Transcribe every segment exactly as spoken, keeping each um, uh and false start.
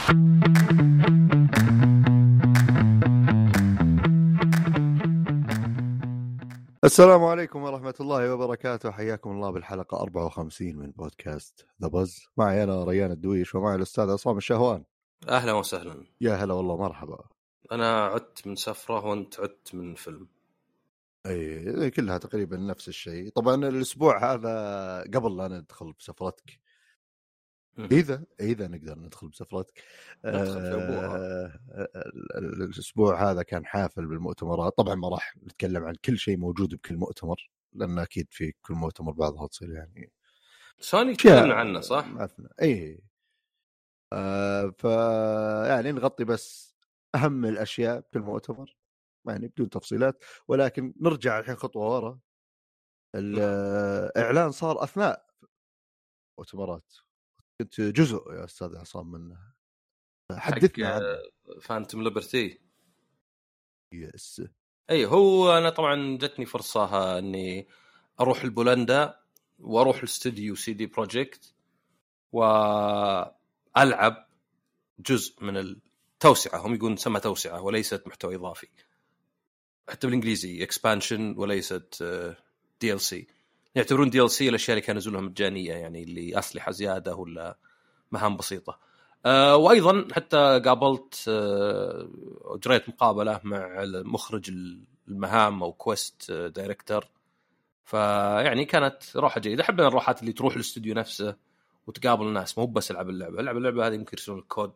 السلام عليكم ورحمة الله وبركاته. حياكم الله بالحلقة أربعة وخمسين من بودكاست ذا بز. معي أنا ريان الدويش ومعي الأستاذ عصام الشهوان. أهلا وسهلا. يا هلا والله، مرحبا. أنا عدت من سفرة وأنت عدت من فيلم. أي كلها تقريبا نفس الشيء. طبعا الأسبوع هذا قبل لا ندخل بسفرتك، إذا إذا نقدر ندخل بسفرتك ندخل في أبوها. آه الأسبوع هذا كان حافل بالمؤتمرات. طبعا ما راح نتكلم عن كل شيء موجود بكل مؤتمر، لأن أكيد في كل مؤتمر بعضها تصير يعني سوني تكلمنا عنه صح؟ اي آه ف يعني نغطي بس اهم الاشياء في المؤتمر يعني بدون تفصيلات. ولكن نرجع الحين خطوه ورا. الاعلان صار اثناء مؤتمرات، كنت جزء يا استاذ عصام منها، حدثنا عنه. فانتوم ليبرتي. يس. اي هو انا طبعا جتني فرصه اني اروح البولندا واروح الاستوديو سي دي بروجكت والعب جزء من التوسعه. هم يقولون تسمى توسعه وليست محتوى اضافي، حتى بالانجليزي اكسبانشن وليست دي ال سي. يعتبرون دي ال سي الاشياء اللي كانوا ينزلونها مجانيه، يعني اللي اسلحه زياده ولا مهام بسيطه. أه وايضا حتى قابلت أه جريت مقابله مع مخرج المهام او كويست دايركتور، فيعني كانت روحه جيده. احب الروحات اللي تروح الاستوديو نفسه وتقابل الناس، مو بس العب اللعبه العب اللعبه هذه يمكن يرسلون الكود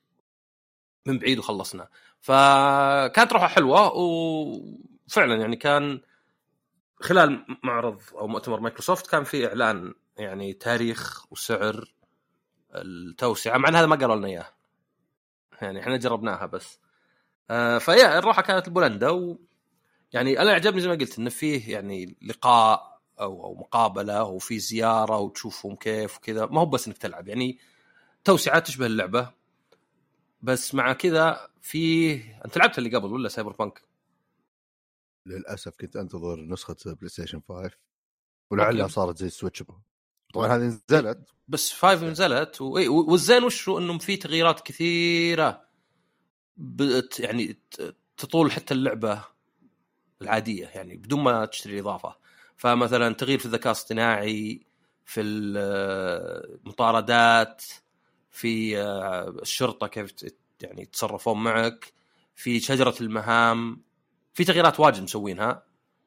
من بعيد وخلصنا. فكانت روحه حلوه، وفعلا يعني كان خلال معرض او مؤتمر مايكروسوفت كان في اعلان يعني تاريخ وسعر التوسعه، مع ان هذا ما قالوا لنا اياه، يعني احنا جربناها بس. آه فيا الروحه كانت البولندا، ويعني انا عجبني زي ما قلت انه فيه يعني لقاء او او مقابله وفي زياره وتشوفهم كيف وكذا، ما هو بس انك تلعب، يعني توسعه تشبه اللعبه بس مع كذا. فيه انت لعبت اللي قبل ولا سايبر بانك؟ للاسف كنت انتظر نسخه بلاي ستيشن خمسة ولعلها صارت زي السويتش. طبعا هذه نزلت بس خمسة نزلت، والزين وشو انه في تغييرات كثيره بت يعني تطول حتى اللعبه العاديه يعني بدون ما تشتري اضافه. فمثلا تغيير في الذكاء الاصطناعي، في المطاردات، في الشرطه كيف يعني يتصرفون معك، في شجره المهام، في تغييرات واجد مسوينها.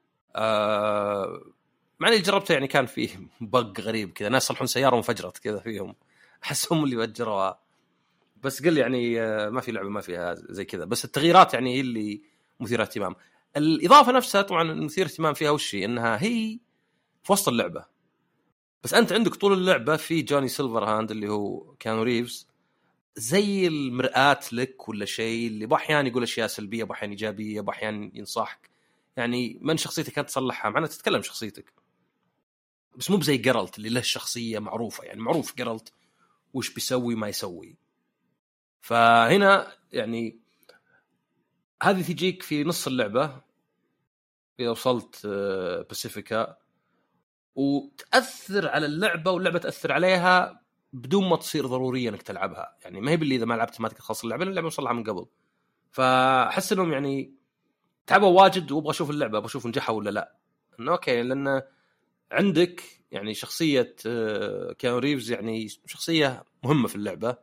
أه مع اني جربته يعني كان فيه بق غريب كذا، ناس يصلحون سياره وانفجرت كذا فيهم، احسهم اللي فجروها. بس قل يعني ما في لعبه ما فيها زي كذا، بس التغييرات يعني هي اللي مثيره اهتمام. الاضافه نفسها طبعا مثير اهتمام فيها وشي انها هي في وسط اللعبه، بس انت عندك طول اللعبه في جوني سيلفر هاند اللي هو كيانو ريفز زي المرآة لك ولا شيء، اللي بأحيان يقول اشياء سلبيه بأحيان ايجابيه بأحيان ينصحك، يعني من شخصيتك انت تصلحها معناته تتكلم شخصيتك، بس مو بزي جيرالت اللي له شخصيه معروفه، يعني معروف جيرالت وش بيسوي ما يسوي. فهنا يعني هذه تجيك في نص اللعبة إذا وصلت باسيفيكا، وتأثر على اللعبة واللعبة تأثر عليها بدون ما تصير ضرورية أنك تلعبها. يعني ما هي باللي إذا ما لعبت ما تخلص اللعبة، اللعبة وصلها من قبل. فأحس أنهم يعني تعبوا واجد، وأبغى أشوف اللعبة أبغى أشوف نجحها ولا لا. إنه أوكي، لأن عندك يعني شخصية كيانو ريفز يعني شخصية مهمة في اللعبة،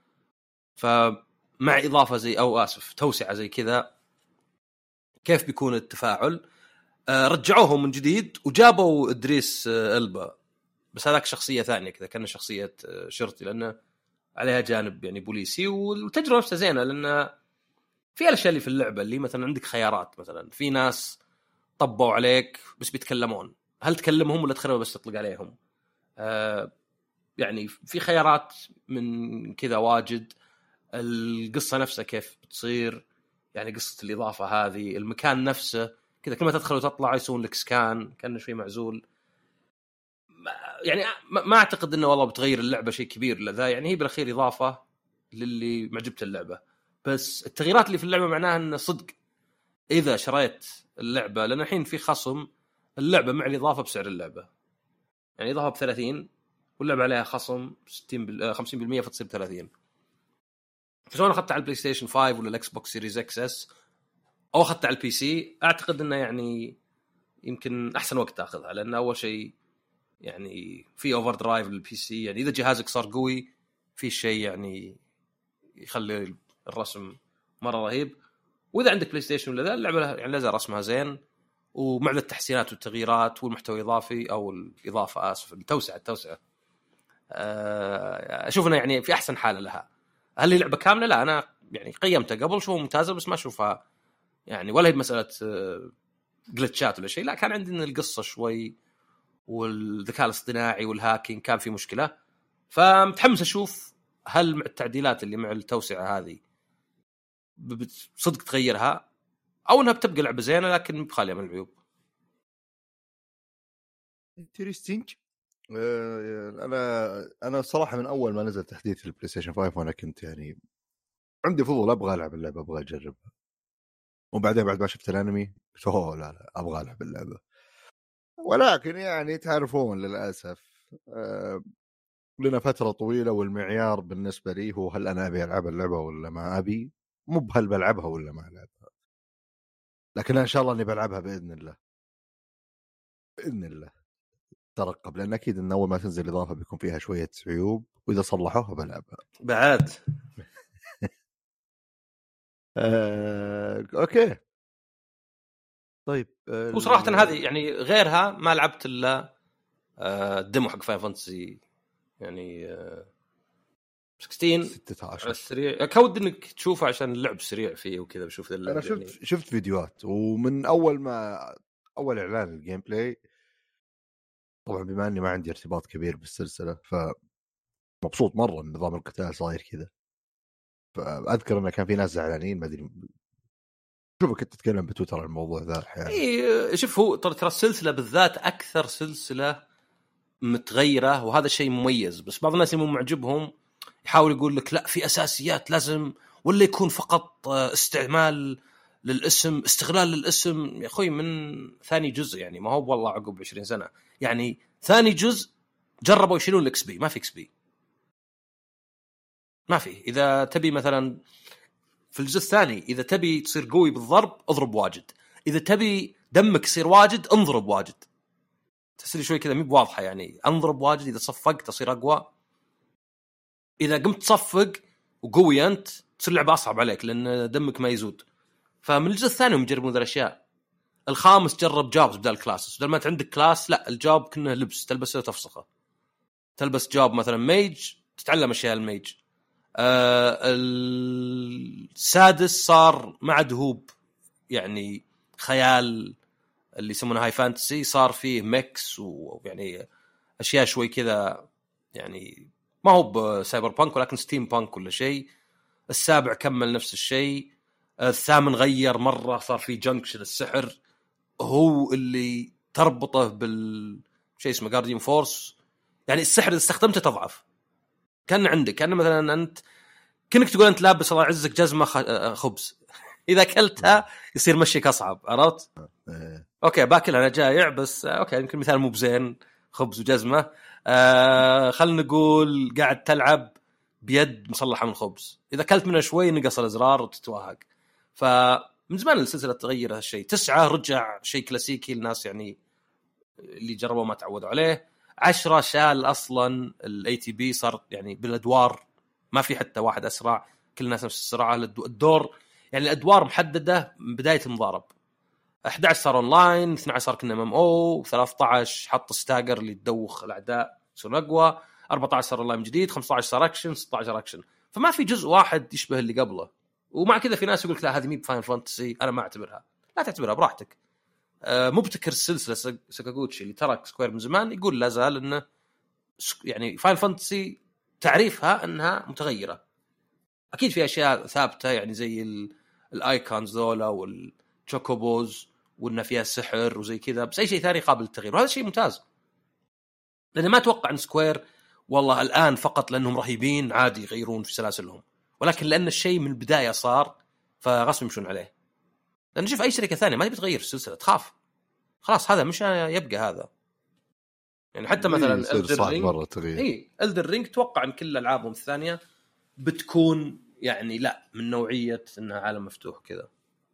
فمع إضافة زي أو آسف توسعة زي كذا كيف بيكون التفاعل؟ آه رجعوه من جديد وجابوا إدريس آه ألبا، بس هذاك شخصية ثانية كذا، كأنه شخصية آه شرطي لأنه عليها جانب يعني بوليسي. والتجربة نفسها زينة لأن في الأشياء اللي في اللعبة اللي مثلا عندك خيارات، مثلا في ناس طبوا عليك بس بيتكلمون، هل تكلمهم ولا تخرب بس تطلق عليهم؟ آه يعني في خيارات من كذا واجد. القصة نفسها كيف بتصير، يعني قصة الإضافة هذه، المكان نفسه كذا كل ما تدخل وتطلع يسوون لك سكان كأنه شيء معزول. يعني ما أعتقد أنه والله بتغير اللعبة شيء كبير لذا، يعني هي بالأخير إضافة للي معجبت اللعبة. بس التغييرات اللي في اللعبة معناها أن صدق إذا شريت اللعبة، لأن الحين في خصم اللعبة مع الإضافة بسعر اللعبة، يعني إضافة بثلاثين واللعبة عليها خصم ستين خمسين بالمية فتصير ثلاثين. سواء اخذت على البلاي ستيشن خمسة ولا الاكس بوكس سيريز اكس اس او اخذت على البي سي، اعتقد انه يعني يمكن احسن وقت تاخذها، لان اول شيء يعني في اوفر درايف للبي سي، يعني اذا جهازك صار قوي في شيء يعني يخلي الرسم مره رهيب. واذا عندك بلاي ستيشن ولا ذا اللعبه يعني لازم رسمها زين، ومع التحسينات والتغييرات والمحتوى الاضافي او الاضافه اسف التوسعه التوسعه اشوف انها يعني في احسن حاله لها. هل هي لعبه كامله؟ لا، انا يعني قيمتها قبل شو ممتازه، بس ما اشوفها يعني ولا هي مساله جلتشات ولا شيء، لا كان عندنا القصه شوي والذكاء الاصطناعي والهاكينج كان في مشكله. فمتحمس اشوف هل مع التعديلات اللي مع التوسعه هذه صدق تغيرها او انها بتبقى لعبه زينه لكن بخاليه من العيوب. انترستينج. انا انا صراحه من اول ما نزل تحديث البلاي ستيشن خمسة وانا كنت يعني عندي فضول ابغى العب اللعبه، ابغى اجربها. وبعدين بعد ما شفت الانمي قلت اوه لا لا ابغى العب اللعبه. ولكن يعني تعرفون للاسف أه لنا فتره طويله والمعيار بالنسبه لي هو هل انا ابي العب اللعبه ولا ما ابي، مو بهل بلعبها ولا ما العبها. لكن ان شاء الله اني بلعبها باذن الله باذن الله. ترقب، لان اكيد ان اول ما تنزل اضافه بيكون فيها شويه عيوب، واذا صلحوها بلعبها بعد. آه، اوكي طيب. وصراحه هذه يعني غيرها ما لعبت الا الديمو حق فاين فانتسي يعني ستة عشر ستة عشر على السريع، كود انك تشوفه عشان اللعب سريع فيه وكذا. بشوف انا شفت يعني. شفت فيديوهات، ومن اول ما اول اعلان الجيم بلاي طبعا بما اني ما عندي ارتباط كبير بالسلسله فمبسوط مره ان نظام القتال صاير كذا. فاذكر انه كان في ناس زعلانين ما ادري، شوفك كنت تتكلم بتويتر عن الموضوع ذا احيانا. اي شوف، هو ترى السلسله بالذات اكثر سلسله متغيره وهذا شيء مميز، بس بعض الناس اللي مو معجبهم يحاول يقول لك لا في اساسيات لازم، ولا يكون فقط استعمال للاسم استغلال للاسم. يا اخوي من ثاني جزء يعني ما هو والله عقب عشرين سنه، يعني ثاني جزء جربوا يشيلون الاكس بي، ما في اكس بي ما في. اذا تبي مثلا في الجزء الثاني اذا تبي تصير قوي بالضرب اضرب واجد، اذا تبي دمك يصير واجد انضرب واجد. تحس لي شوي كذا مي بواضحه، يعني انضرب واجد اذا صفقت تصير اقوى، اذا قمت تصفق وقوي انت تصير لعبه اصعب عليك لان دمك ما يزود. فمن الجزء الثاني هم يجربون ذا الاشياء. الخامس جرب جابز بدل كلاسز، بدل ما انت عندك كلاس لا الجاب كأنه لبس تلبسه وتفسخه. تلبس جاب مثلا ميج تتعلم اشياء الميج. آه السادس صار مع دهوب يعني خيال اللي يسمونه هاي فانتسي، صار فيه ميكس ويعني اشياء شوي كذا يعني ما هو بسايبر بانك ولكن ستيم بانك ولا شيء. السابع كمل نفس الشيء. الثامن غير مره صار فيه جنكشن السحر هو اللي تربطه بالشيء اسمه جارديان فورس، يعني السحر اذا استخدمته تضعف. كان عندك كان مثلا انت كأنك تقول أنت لابس الله يعزك جزمة خبز إذا أكلتها يصير مشيك أصعب، عرفت؟ أوكي باكل أنا جايع بس أوكي يمكن مثال مو بزين خبز وجزمة. آه خلنا نقول قاعد تلعب بيد مصلحة من خبز، إذا أكلت منها شوي نقص الأزرار وتتوهق. فمن زمان السلسلة تغير هالشيء. تسعة رجع شيء كلاسيكي الناس يعني اللي جربوا ما تعودوا عليه. عشرة شال أصلا الاي تي بي صار يعني بالأدوار ما في حتى واحد أسرع، كل الناس نفس السرعة. الدور يعني الأدوار محددة من بداية المضارب. أحد عشر صار أونلاين، اثنا عشر صار كنا ام ام او، ثلاثة عشر حط ستاجر اللي تدوخ الأعداء يصير أقوى، أربعة عشر صار أونلاين جديد، خمسة عشر صار أكشن، ستة عشر أكشن. فما في جزء واحد يشبه اللي قبله. ومع كذا في ناس يقولك لا هذه مي بفاين فانتسي، أنا ما أعتبرها. لا تعتبرها براحتك. أه مبتكر السلسلة ساكاغوتشي اللي ترك سكوير من زمان يقول لا زال إنه يعني فاين فانتسي تعريفها أنها متغيرة. أكيد في أشياء ثابتة يعني زي الآيكونز ذولا والتشوكوبوز وإنها فيها سحر وزي كذا، بس أي شيء ثاني قابل للتغيير، وهذا شيء ممتاز. لأن ما أتوقع أن سكوير والله الآن فقط لأنهم رهيبين عادي يغيرون في سلاسلهم، ولكن لأن الشيء من البداية صار فغصب يمشون عليه. لأن شوف أي شركة ثانية ما تبي تغير في السلسلة تخاف خلاص هذا مش يبقى هذا. يعني حتى مثلا إلدر رينج، اي إلدر رينج توقع ان كل العابهم الثانيه بتكون يعني لا من نوعيه انها عالم مفتوح كذا.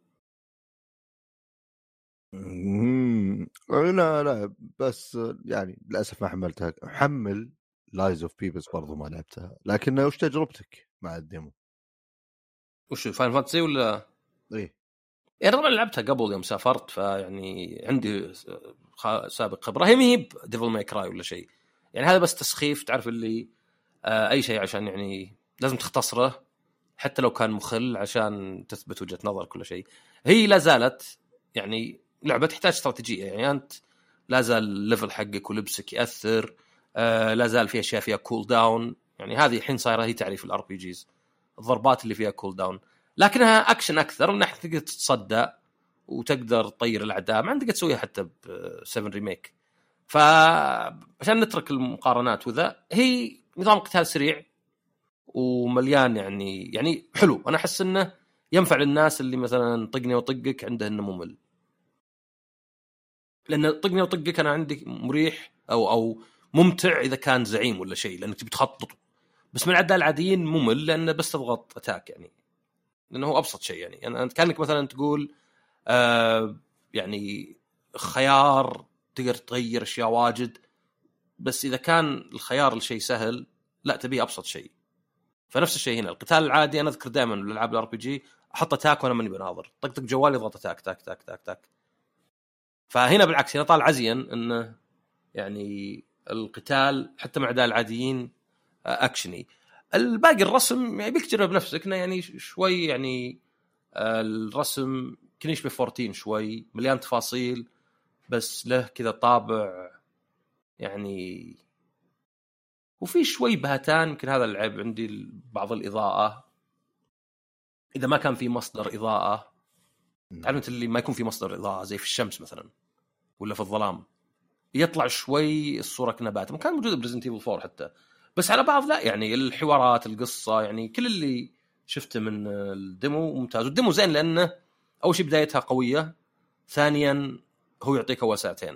لا لا بس يعني للاسف ما حملتها. حمل لايز اوف بيبلز برضو ما لعبتها، لكن وش تجربتك مع الديمو؟ وش فاين فانتسي ولا ايه يعني؟ طبعا لعبتها قبل يوم سافرت، فيعني عندي سابق خبره. هي مي ديفل ماي كراي ولا شيء يعني، هذا بس تسخيف تعرف اللي آه اي شيء عشان يعني لازم تختصره حتى لو كان مخل عشان تثبت وجهة نظر كل شيء. هي لا زالت يعني لعبة تحتاج استراتيجية، يعني أنت لا زال الليفل حقك ولبسك يأثر، آه لا زال في أشياء فيها كول داون، يعني هذه الحين صايرة هي تعريف الار بي جيز، الضربات اللي فيها كول داون، لكنها أكشن أكثر من ناحية تقدر تتصدى وتقدر تطير الأعداء، ما عندك تسويها حتى ب سفن ريميك. فعشان نترك المقارنات وذا، هي نظام قتال سريع ومليان يعني يعني حلو. انا احس انه ينفع للناس اللي مثلا طقني وطقك عنده انه ممل، لان طقني وطقك انا عندي مريح او او ممتع اذا كان زعيم ولا شيء لانك تبي تخطط، بس من العداء العاديين ممل لانه بس تضغط اتاك يعني، لانه هو ابسط شيء يعني. انا انت كانك مثلا تقول آه يعني خيار تقدر تغير اشياء واجد، بس اذا كان الخيار الشيء سهل لا تبي ابسط شيء. فنفس الشيء هنا القتال العادي، انا اذكر دائما الالعاب الار بي جي احط اتاك وانا ماني بناظر، طقطق جوالي اضغط اتاك تاك تاك تاك تاك. فهنا بالعكس هنا طالع عزيا انه يعني القتال حتى مع اعداء العاديين اكشني. الباقي الرسم يعني بيك تجرب بنفسك انه يعني شوي يعني الرسم كنيش بفورتين شوي مليان تفاصيل، بس له كذا طابع يعني، وفي شوي بهتان. يمكن هذا العيب عندي، بعض الإضاءة إذا ما كان في مصدر إضاءة، تعرف اللي ما يكون في مصدر إضاءة زي في الشمس مثلا ولا في الظلام، يطلع شوي الصورة كنبات. ما كان موجودة بريزنت ايفل فور حتى، بس على بعض لا يعني الحوارات القصة يعني كل اللي شفته من الديمو ممتاز. والديمو زين لأنه أول شيء بدايتها قوية، ثانيا هو يعطيك أول ساعتين،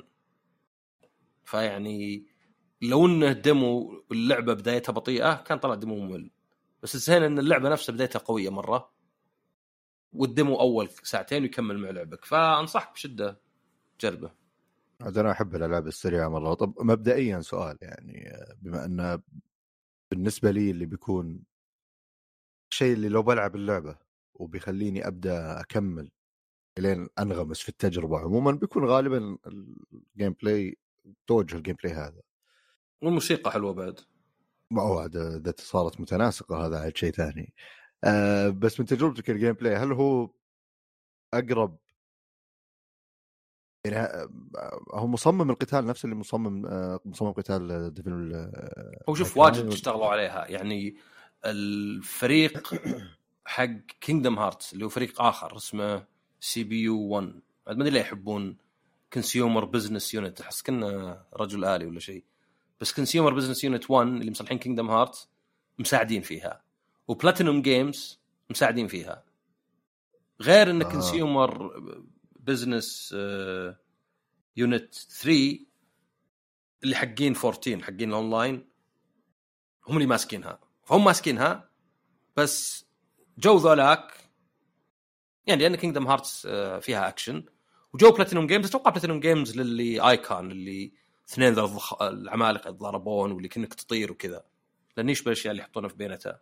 فيعني لو انه ديمو اللعبه بدايتها بطيئه كان طلع ديمو ممل، بس الزين ان اللعبه نفسها بدايتها قويه مره، والديمو اول ساعتين ويكمل مع لعبك، فانصحك بشده جربه. عاد انا احب الالعاب السريعه مره. طب مبدئيا سؤال يعني، بما ان بالنسبه لي اللي بيكون شيء اللي لو بلعب اللعبه وبيخليني ابدا اكمل لين انغمس في التجربه عموما بيكون غالبا الجيم بلاي، توجه الجيم بلاي هذا، والموسيقى حلوه بعد. ما هو هذا ده صارت متناسقه، هذا عاد شيء ثاني. أه بس من تجربتك الجيم بلاي هل هو اقرب يعني، هو مصمم القتال نفس اللي مصمم أه مصمم قتال ديفل؟ هو شوف واجد اشتغلوا عليها يعني. الفريق حق كينجدم هارتس اللي هو فريق اخر اسمه سي بي يو واحد، ما ادري ليه يحبون كونسيومر بزنس يونت، احس كنا رجل آلي ولا شيء، بس كونسيومر بزنس يونت واحد اللي مصلحين كينجدم هارتس مساعدين فيها، وبلاتينوم جيمز مساعدين فيها، غير ان كونسيومر بزنس يونت ثلاثة اللي حقين أربعتاشر حقين الاونلاين هم اللي ماسكينها. فهم ماسكينها بس جو ذولاك يعني، لان كينجدم هارتس فيها اكشن، وجو بلاتينوم جيمز اتوقع بلاتينوم جيمز للي ايكون اللي اثنين ذا العمالقه يتضاربون واللي كأنك تطير وكذا، لان يشبه الاشياء اللي يحطونها في بينتها.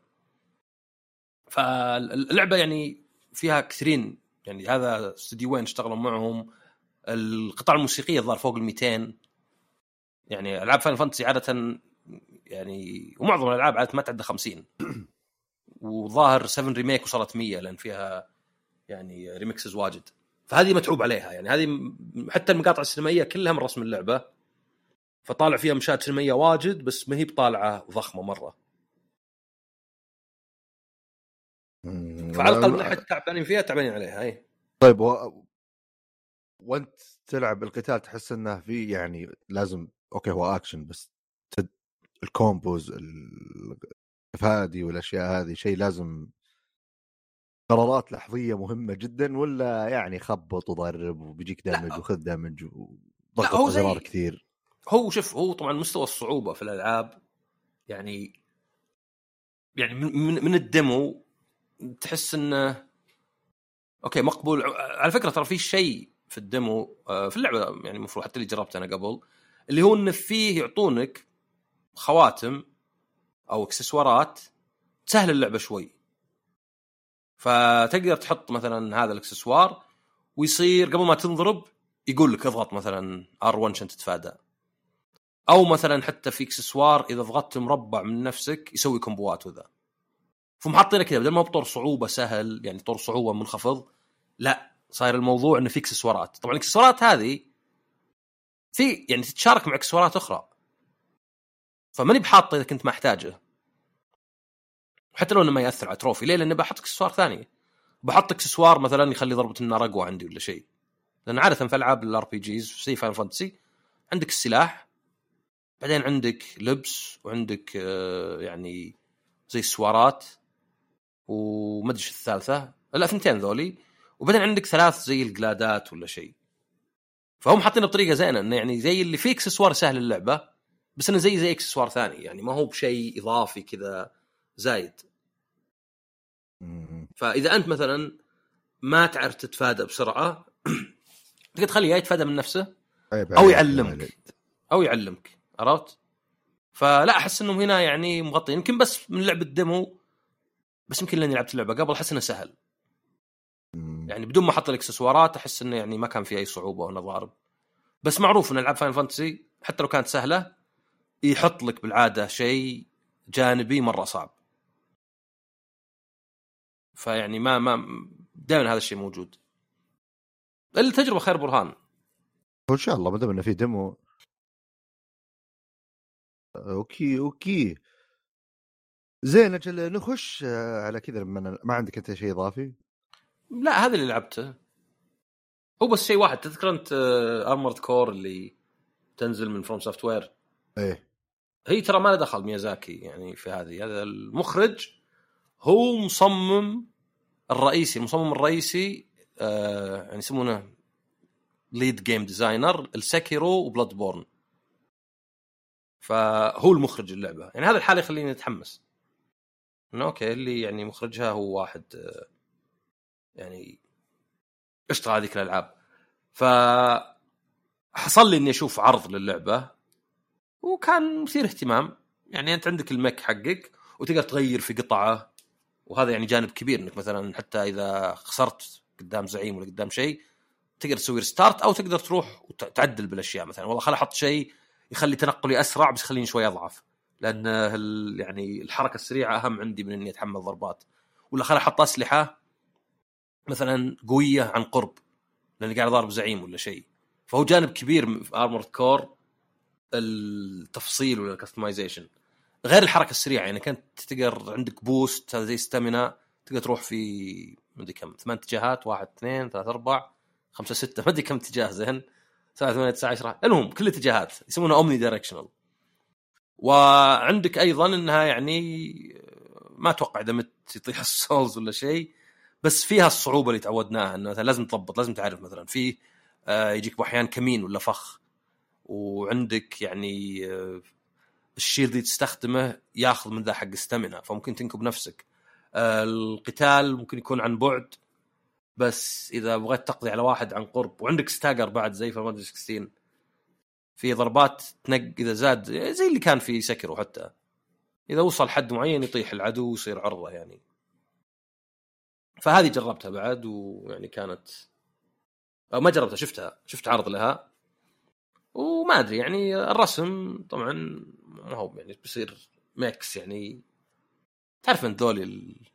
فاللعبه يعني فيها كثيرين يعني، هذا استديوين اشتغلوا معهم. القطع الموسيقيه الظاهر فوق المئتين يعني. العاب فاينل فانتسي عاده يعني، ومعظم الالعاب عاده ما تعدى خمسين، وظاهر سفن ريميك وصلت مية لان فيها يعني ريميكسز واجد. فهذه متعوب عليها يعني، هذه حتى المقاطع السينمائيه كلها من رسم اللعبه، فطالع فيها مشاهد سينمائيه واجد، بس ما هي بطالعه ضخمه مره. فعلى الاقل من ناحيه تعبانين فيها تعبانين عليها. اي طيب و... وانت تلعب القتال تحس انه في يعني لازم اوكي هو اكشن، بس تد... الكومبوز الفادي والاشياء هذه شيء لازم قرارات لحظيه مهمه جدا، ولا يعني خبط وضرب وبيجيك دامج وخذ دامج وضغط ازرار كثير؟ هو شوف، هو طبعا مستوى الصعوبه في الالعاب يعني يعني من من الديمو تحس انه اوكي مقبول. على فكره ترى في شيء في الديمو في اللعبه يعني المفروض حتى اللي جربته انا قبل، اللي هو انه فيه يعطونك خواتم او اكسسوارات تسهل اللعبه شوي. فتقدر تحط مثلا هذا الاكسسوار ويصير قبل ما تنضرب يقول لك اضغط مثلا آر ون عشان تتفادى، او مثلا حتى في اكسسوار اذا ضغطت مربع من نفسك يسوي كومبوات وذا. فمحطينه كذا بدل ما بطور صعوبه سهل يعني طور صعوبه منخفض، لا صاير الموضوع انه في اكسسوارات. طبعا الاكسسوارات هذه في يعني تتشارك مع اكسسوارات اخرى، فماني بحاطه اذا كنت ما احتاجه، حتى لو انه ما ياثر على تروفي. ليه؟ لانه بحط اكسسوار ثاني، بحط اكسسوار مثلا يخلي ضربه النار اقوى عندي ولا شيء. لان عاده في العاب الار بي جيز في فاينل فانتسي عندك السلاح، بعدين عندك لبس، وعندك آه يعني زي السوارات، ومدري الثالثه لا ثنتين ذولي، وبعدين عندك ثلاث زي القلادات ولا شيء. فهم حاطينه بطريقه زينه انه يعني زي اللي فيه اكسسوار سهل اللعبه، بس انه زي زي اكسسوار ثاني يعني ما هو بشيء اضافي كذا زايد. فاذا انت مثلا ما تعرف تتفادى بسرعه تقدر تخليه يتفادى من نفسه او يعلمك او يعلمك عرفت. فلا احس انهم هنا يعني مغطي يمكن بس من لعبه ديمو، بس يمكن لاني لعبت اللعبه قبل احس انه سهل يعني بدون ما احط الاكسسوارات احس انه يعني ما كان في اي صعوبه وانا ضارب. بس معروف ان العاب فاينل فانتسي حتى لو كانت سهله يحط لك بالعاده شيء جانبي مره صعب، فيعني ما ما دائما هذا الشيء موجود. التجربه خير برهان ان شاء الله ما دام انه في ديمو. اوكي اوكي زين اجل نخش على كذا. لما ما عندك انت شيء اضافي؟ لا هذا اللي لعبته هو بس شيء واحد. تذكر انت ارمورد كور اللي تنزل من فروم سوفت وير؟ ايه هي ترى ما له دخل ميازاكي يعني في هذه. هذا المخرج هو مصمم الرئيسي، المصمم الرئيسي آه يعني يسمونه ليد جيم ديزاينر السكيرو وبلاد بورن، فهو المخرج اللعبة. يعني هذا الحال يخليني أتحمس إنه أوكي اللي يعني مخرجها هو واحد آه يعني اشتغل هذيك الألعاب. فحصل لي إني أشوف عرض للعبة وكان مثير اهتمام. يعني أنت عندك المك حقك وتقدر تغير في قطعة، وهذا يعني جانب كبير انك مثلا حتى اذا خسرت قدام زعيم ولا قدام شيء تقدر تسوي ريستارت، او تقدر تروح وتعدل بالاشياء. مثلا والله خل احط شيء يخلي تنقلي اسرع بس خليني شوي اضعف، لان يعني الحركه السريعه اهم عندي من اني اتحمل ضربات. ولا خل احط اسلحه مثلا قويه عن قرب لاني قاعد اضارب زعيم ولا شيء. فهو جانب كبير في ارمورد كور التفصيل ولا الكستمايزيشن، غير الحركه السريعه. يعني كانت تقدر عندك بوست هذا زي ستامينا، تقدر تروح في مدري كم ثمان اتجاهات، واحد اثنين ثلاثة أربعة خمسة ستة مدري كم اتجاه زين، سبعة ثمانية تسعة عشرة المهم كل اتجاهات يسمونها اومني دايركشنال. وعندك ايضا انها يعني ما اتوقع اذا مت يطيح السولز ولا شيء، بس فيها الصعوبه اللي تعودناها انه مثلا لازم تضبط، لازم تعرف مثلا في آه يجيك باحيان كمين ولا فخ، وعندك يعني آه الشيلد اللي تستخدمه ياخذ من ذا حق استامينا فممكن تنكب نفسك. آه القتال ممكن يكون عن بعد، بس اذا بغيت تقضي على واحد عن قرب، وعندك ستاجر بعد زي في موديل ستة عشر في ضربات تنق اذا زاد زي اللي كان في سكرو، حتى اذا وصل حد معين يطيح العدو ويصير عرضه يعني. فهذه جربتها بعد ويعني كانت أو ما جربتها، شفتها شفت عرض لها وما ادري يعني الرسم طبعا ما هو يعني بيصير ميكس يعني تعرف انت ذولي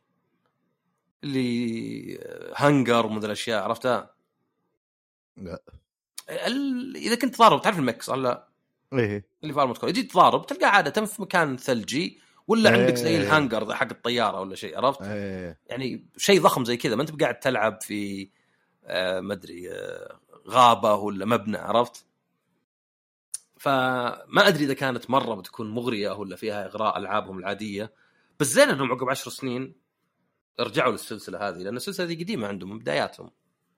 اللي هانجر ومن الاشياء عرفتها؟ لا ال... اذا كنت ضارب تعرف المكس ولا ايه اللي في ارمود يجي تضارب تلقى عاده في مكان ثلجي ولا إيه. عندك زي الهانجر حق الطياره ولا شيء عرفت؟ إيه. يعني شيء ضخم زي كذا، ما انت قاعد تلعب في آه ما ادري آه غابه ولا مبنى عرفت؟ فما ادري اذا كانت مره بتكون مغريه ولا فيها اغراء العابهم العاديه، بس زين انهم عقب عشر سنين رجعوا للسلسله هذه، لان السلسله هذه قديمه عندهم من بداياتهم.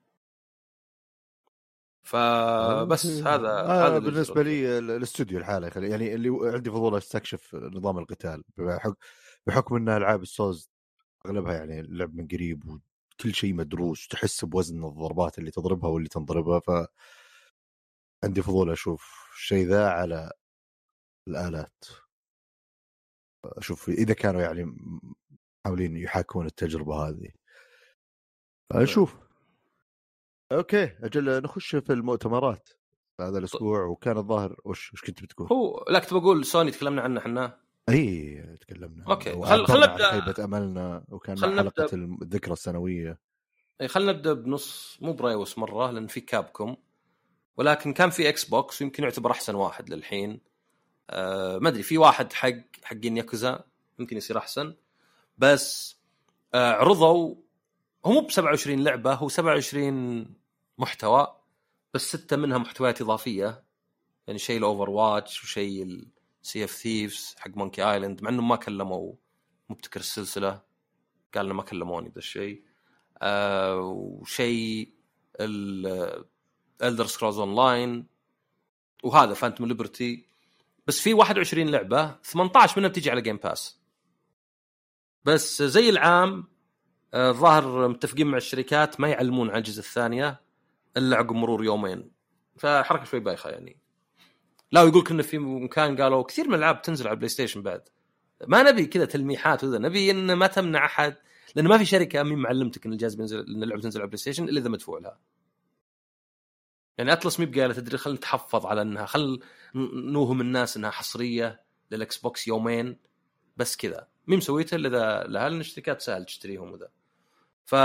فبس هذا آه هذا بالنسبه لي الاستوديو الحالي يعني اللي عندي فضول استكشف نظام القتال بحكم بحكم ان العاب السوز اغلبها يعني اللعب من قريب وكل شيء مدروس، تحس بوزن الضربات اللي تضربها واللي تنضربها. ف عندي فضول اشوف الشيء ذا على الآلات، اشوف اذا كانوا يعني حاولين يحاكون التجربة هذه. نشوف. اوكي اجل نخش في المؤتمرات هذا الاسبوع. وكان الظاهر وش وش كنت بتقول؟ هو لا كنت بقول سوني تكلمنا عنه احنا. اي تكلمنا. اوكي خل خلنا نبدا. خيبة املنا وكان مع حلقة الذكرى السنوية. اي خلنا نبدا بنص مو برايوس مرة لان في كابكوم، ولكن كان في اكس بوكس ويمكن يعتبر احسن واحد للحين. أه ما ادري في واحد حق حقين ياكوزا يمكن يصير احسن، بس أه عرضوا هو مو ب سبعة وعشرين لعبة، هو سبعة وعشرين محتوى بس ستة منها محتويات إضافية، يعني شيء الأوفر واتش وشيء السي اف ثيفز حق مونكي آيلاند، مع أنه ما كلموا مبتكر السلسلة، قال لنا ما كلموني بهذا الشيء. آه وشيء الالدر سكرولز اونلاين وهذا فانتوم ليبرتي. بس في واحد وعشرين لعبة ثمانية عشر منها بتيجي على جيم باس. بس زي العام الظاهر متفقين مع الشركات ما يعلمون عن الجزء الثانية إلا عقب مرور يومين، فحركة شوي بايخة يعني. لا يقولك إنه في مكان قالوا كثير من الألعاب تنزل على بلاي ستيشن بعد، ما نبي كذا تلميحات وذا، نبي إن ما تمنع أحد، لأن ما في شركة مين معلمتك إن الجهاز بينزل إن اللعبة تنزل على بلاي ستيشن إلا إذا مدفوع لها. يعني أطلس مي بقى تدري خل نتحفظ على إنها، خل نوهم الناس إنها حصرية للإكس بوكس يومين بس كذا، مين مسويته إلا إذا لها الشركات سهل تشتريهم وذا. ف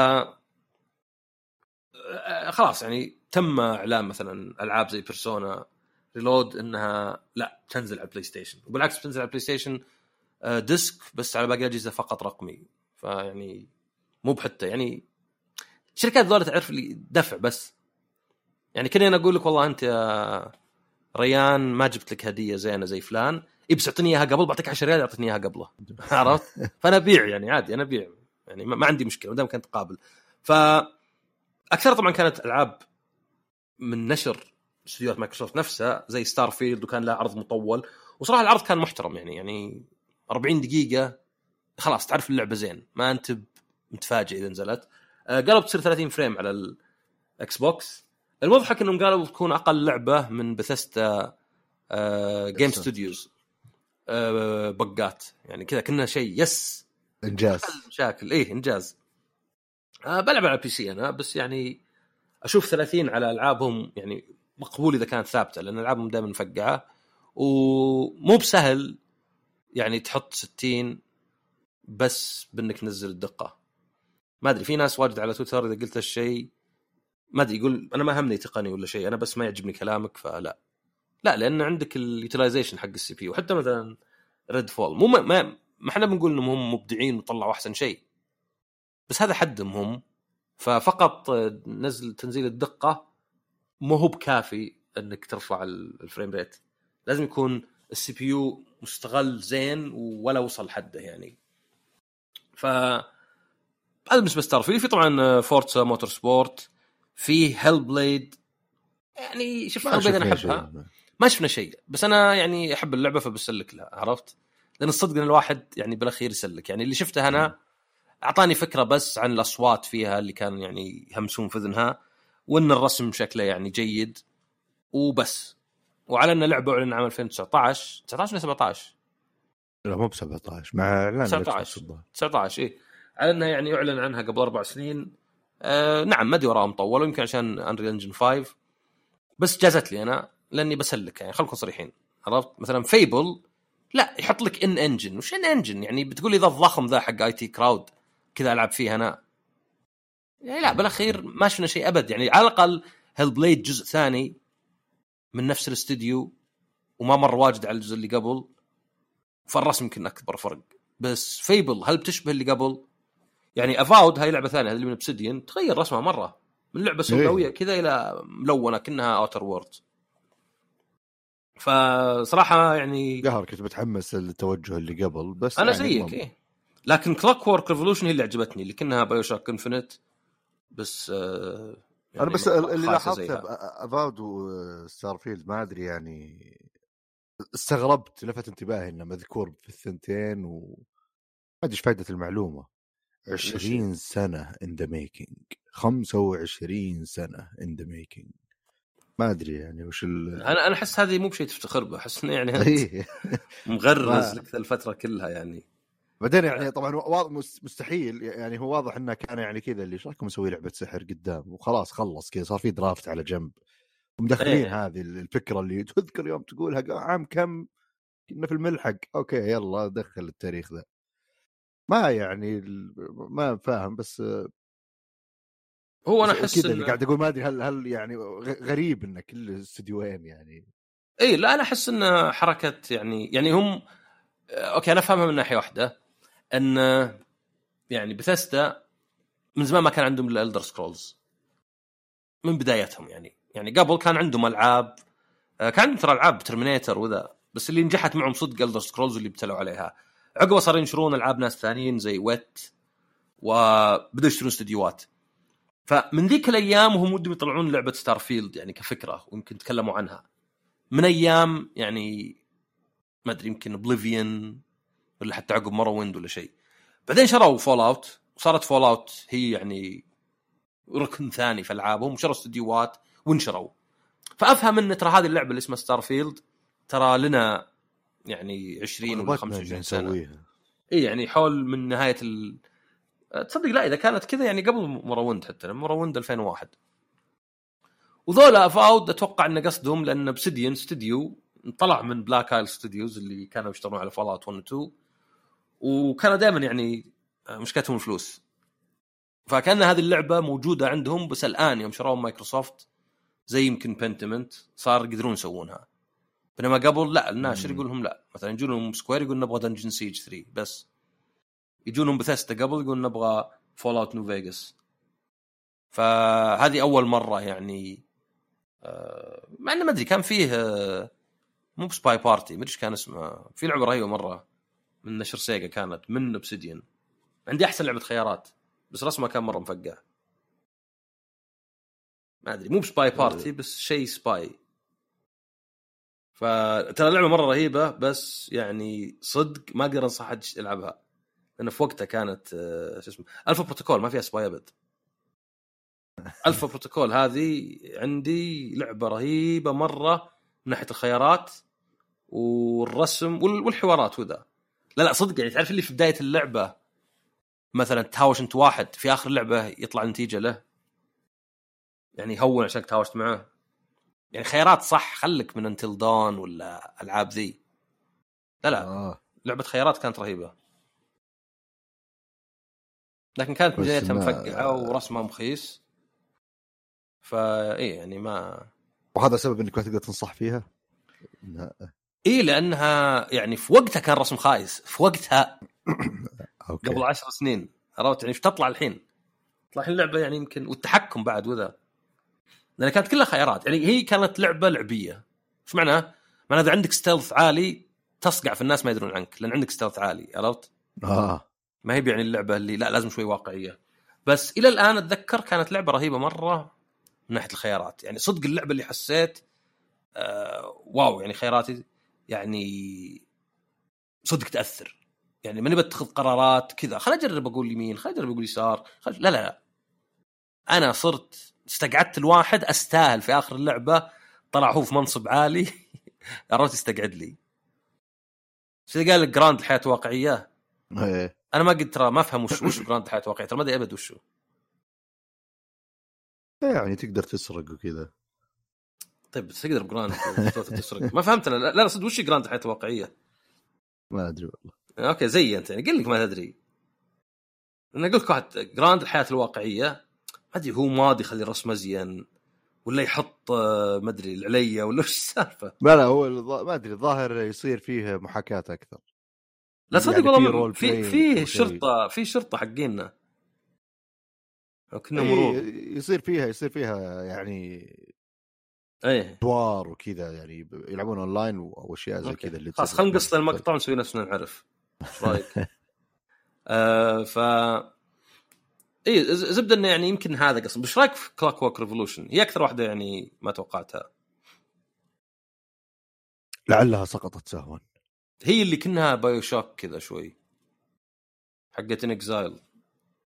خلاص يعني تم اعلان مثلا العاب زي بيرسونا ريلود انها لا تنزل على البلاي ستيشن، وبالعكس بتنزل على البلاي ستيشن ديسك بس على باقي الاجهزه فقط رقمي. فيعني مو بحتى يعني شركات ذولا تعرف لي دفع بس. يعني كنا انا اقول لك والله انت يا ريان ما جبت لك هديه زينه زي فلان، يبس اعطيني اياها قبل بعطيك عشرة ريال اعطيني اياها قبله. عرفت؟ فانا ابيع يعني عادي، انا ابيع يعني ما عندي مشكله ما دام كنت قابل. ف اكثر طبعا كانت العاب من نشر استديوهات مايكروسوفت نفسها زي ستار فيلد، وكان لها عرض مطول، وصراحه العرض كان محترم يعني يعني أربعين دقيقه خلاص تعرف اللعبه زين، ما انت متفاجئ اذا نزلت. آه قالوا بتصير ثلاثين فريم على الاكس بوكس. المضحك انهم قالوا تكون اقل لعبه من بثيستا آه جيم ستوديوز آه بقات، يعني كذا كنا شيء يس انجاز مشاكل ايه انجاز. آه بلعب على بي سي انا بس يعني اشوف ثلاثين على العابهم يعني مقبول اذا كانت ثابته، لان العابهم دائما مفقعه ومو بسهل يعني تحط ستين بس بانك تنزل الدقه. ما ادري في ناس واجد على تويتر اذا قلت الشيء ما ادري يقول انا ما همني تقني ولا شيء، انا بس ما يعجبني كلامك. فلا لا لان عندك اليوتيلايزيشن حق السي بي، وحتى مثلا ريد فول مو ما ما احنا بنقول انهم هم مبدعين وطلعوا احسن شيء، بس هذا حدهم هم. ففقط نزل تنزيل الدقه مو هو بكافي انك ترفع الفريم ريت، لازم يكون السي بي يو مستغل زين ولا وصل حده يعني. ف هذا بالنسبه ستارفيلد. في طبعا فورتسا موتور سبورت، في هيل بليد. يعني شوف هيل بليد انا احبها، ما شفنا شيء بس انا يعني احب اللعبه فبسلك لها، عرفت؟ لان الصدق ان الواحد يعني بالاخير يسلك. يعني اللي شفته انا اعطاني فكره بس عن الاصوات فيها اللي كان يعني يهمسون في اذنها، وان الرسم شكله يعني جيد وبس. وعلى ان لعبه اعلن عام ألفين وتسعة عشر تسعة عشر ولا سبعة عشر؟ لا مو ب سبعة عشر مع اعلان تسعة عشر تسعة عشر ايه، على انها يعني اعلن عنها قبل اربع سنين. آه نعم ما ادري وراهم طولوا يمكن عشان انريل انجن خمسة، بس جازت لي انا لاني بسلك يعني خلكم صريحين. عرفت؟ مثلا فيبل لا يحط لك ان انجن، وش ان انجن يعني بتقول لي ذا الضخم ذا حق اي تي كراود كذا العب فيها انا يعني؟ لا بالاخير ما شفنا شيء ابد. يعني على الاقل هيل بليد جزء ثاني من نفس الاستوديو وما مر واجد على الجزء اللي قبل، فالرسم يمكن اكبر فرق. بس فيبل هل بتشبه اللي قبل؟ يعني افاود هاي لعبه ثانيه اللي من اوبسيديان تغير رسمها مره من لعبه سوداويه إيه؟ كذا الى ملونه كأنها اوتر وورد. فصراحه يعني قهر كنت متحمس للتوجه اللي قبل بس انا يعني زيك ايه. لكن كلوك وورك ريفولوشن هي اللي عجبتني اللي كأنها بايوشوك انفينيت بس آه يعني انا بس اللي لاحظته افاود وستارفيلد ما ادري يعني استغربت لفت انتباهي انه مذكور في الثنتين وما ادري ايش فائده المعلومه. عشرين سنة in the making. خمسة وعشرين سنة in the making. ما أدري يعني وش ال... أنا أنا أحس هذه مو بشيء تفتخر به، أحس إنه يعني إيه. مغرز ما- لك الفترة كلها يعني. بعدين يعني طبعا واضح مستحيل يعني، هو واضح انه كان يعني كذا اللي ايش رايكم نسوي لعبه سحر قدام وخلاص خلص كذا، صار في درافت على جنب ومدخلين إيه. هذه الفكره اللي تذكر يوم تقولها عام كم كنا في الملحق، اوكي يلا دخل التاريخ ذا. ما يعني ال- ما فاهم، بس هو أنا بس أحس كذا اللي إنه قاعد اقول ما ادري هل هل يعني غ- غريب ان كل الاستديوهين يعني. إيه لا أنا أحس إنه حركة يعني يعني هم أوكي أنا فاهمها من ناحية واحدة، أن يعني بثيستا من زمان ما كان عندهم الالدر سكرولز من بدايتهم يعني يعني قبل كان عندهم العاب، كان عندهم ترى العاب ترمينيتر وذا، بس اللي نجحت معهم صدق الدر سكرولز اللي ابتلوا عليها. عقبه صاروا ينشرون العاب ناس ثانيين زي ويت، وبدأوا يشترون استديوهات. فمن ذيك الايام وهم ودهم يطلعون لعبه ستارفيلد يعني كفكره، ويمكن تكلموا عنها من ايام يعني ما ادري يمكن اوبليفيون ولا حتى عقب مرويند ولا شيء. بعدين شروا فول اوت وصارت فول اوت هي يعني ركن ثاني في العابهم، وشروا استديوهات وانشروا. فافهم ان ترى هذه اللعبه اللي اسمها ستارفيلد ترى لنا يعني عشرين ولا خمسة وعشرين سنه، اي يعني حول من نهايه ال... تصدق لا اذا كانت كذا يعني قبل مروند، حتى مروند ألفين وواحد. وذولا فاود اتوقع ان قصدهم لان اوبسيديان استوديو طلع من بلاك آيل ستوديوز اللي كانوا يشتغلون على فول اوت واحد و اثنين، وكانوا دائما يعني مشكلتهم الفلوس. فكان هذه اللعبه موجوده عندهم، بس الان يوم شروها مايكروسوفت زي يمكن بنتمنت صار يقدرون يسوونها، بينما قبل لا الناشر يقول لهم لا. مثلا يجونهم سكوير يقول نبغى دنجن سيج ثري بس، يجونهم بثيستا قبل يقول نبغى فول اوت نيو فيغاس. فهذه اول مره يعني آه مع انه ما ادري كان فيه آه مو بسباي بارتي ما ادري ايش كان اسمه، في لعبه رهيبه مره من نشر سيجا كانت من اوبسيديان، عندي احسن لعبه خيارات بس رسمها كان مره مفقع. ما ادري مو بسباي بارتي بس شيء سباي. فترى اللعبه مره رهيبه، بس يعني صدق ما اقدر انصح حد يلعبها، لان في وقتها كانت شو اسمه الفا بروتوكول ما فيها سباي ابد. الفا بروتوكول هذه عندي لعبه رهيبه مره من ناحيه الخيارات والرسم والحوارات وذا. لا لا صدق يعني تعرف اللي في بدايه اللعبه مثلا تهاوش انت واحد، في اخر اللعبه يطلع نتيجه له، يعني هون عشان تهاوشت معه. يعني خيارات صح، خلك من انتل دون ولا العاب ذي. لا لا آه. لعبه خيارات كانت رهيبه، لكن كانت ميزانيتها مفقعه ورسمها مخيس. فايه يعني ما وهذا سبب انك ما تقدر تنصح فيها. ايه لانها يعني في وقتها كان رسم خايس في وقتها أوكي. قبل عشر سنين عرفت يعني. تطلع الحين تطلع الحين لعبه يعني يمكن، والتحكم بعد وذا، لان كانت كلها خيارات. يعني هي كانت لعبه لعبيه. ايش معناه؟ معناه اذا عندك ستيلث عالي تصقع في الناس ما يدرون عنك لان عندك ستيلث عالي، عرفت؟ اه ما هي يعني اللعبه اللي لا لازم شوي واقعيه. بس الى الان اتذكر كانت لعبه رهيبه مره من ناحيه الخيارات. يعني صدق اللعبه اللي حسيت آه واو يعني خياراتي يعني صدق تاثر. يعني ماني بتخذ قرارات كذا خل اجرب اقول يمين خل اجرب اقول يسار خل... لا لا لا انا صرت استقعدت الواحد استاهل في اخر اللعبه، طلع هو في منصب عالي عرفت استقعد لي. شو قال لك جراند الحياه واقعيه؟ إيه. انا ما قلت ترى ما افهم وش وش جراند الحياه واقعيه، ترى ما ادري ابد وشو. يعني تقدر تسرق وكذا. طيب تقدر بجراند تسرق ما فهمت انا. لا لا صدق وش جراند الحياه الواقعيه؟ ما ادري والله. اوكي زي انت يعني قل لك ما تدري. انا قلت لك واحد جراند الحياه الواقعيه ما ادري هو ماضي يخلي رسمه زين ولا يحط ما ادري العليا ولا وش السالفه. لا لا هو الظ... ما ادري الظاهر يصير فيه محاكاه اكثر. لا صدق يعني والله في في شرطه في شرطه حقيننا كنا مرور إيه يصير فيها يصير فيها يعني ايه دوار وكذا، يعني يلعبون اونلاين واشياء زي كذا. اللي خلاص خلينا نقص المقطع ونسوي نفسنا نعرف ايش رايك. آه ف ايه زبده انه يعني يمكن هذا قصه. ايش رايك في كلاك ووك ريفولوشن؟ هي اكثر واحده يعني ما توقعتها، لعلها سقطت سهوا. هي اللي كنها بايو شوك كذا شوي حقت ان اكزايل.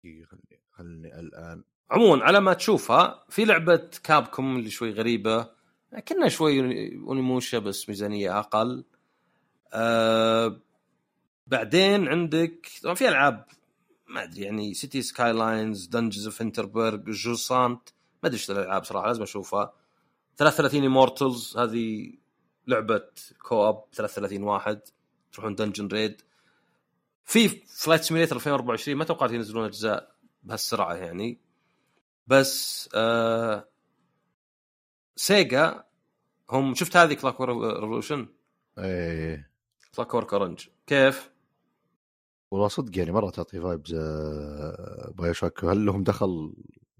خلني خلني الان عموما على ما تشوفها في لعبه كابكوم اللي شوي غريبه كنا شوي اونيموشا بس ميزانيه اقل. أه بعدين عندك طبعا في العاب ما ادري يعني سيتي سكاي لاينز دنجز اوف انتربرغ جوسانت ما ادري ايش الالعاب صراحه لازم اشوفها. ثلاثة وثلاثين مورتلز هذه لعبه كوب ثلاثة وثلاثين واحد تروحون دنجن ريد. في فلايت سيميليتر ألفين وأربعة وعشرين ما توقعت ينزلون اجزاء بهالسرعه يعني بس آه سيجا هم شفت هذه كلاك ريفولوشن ايه كلاك ورك اورنج كيف والله صدق يعني مره تعطي فايبز باي شوك. هل لهم دخل؟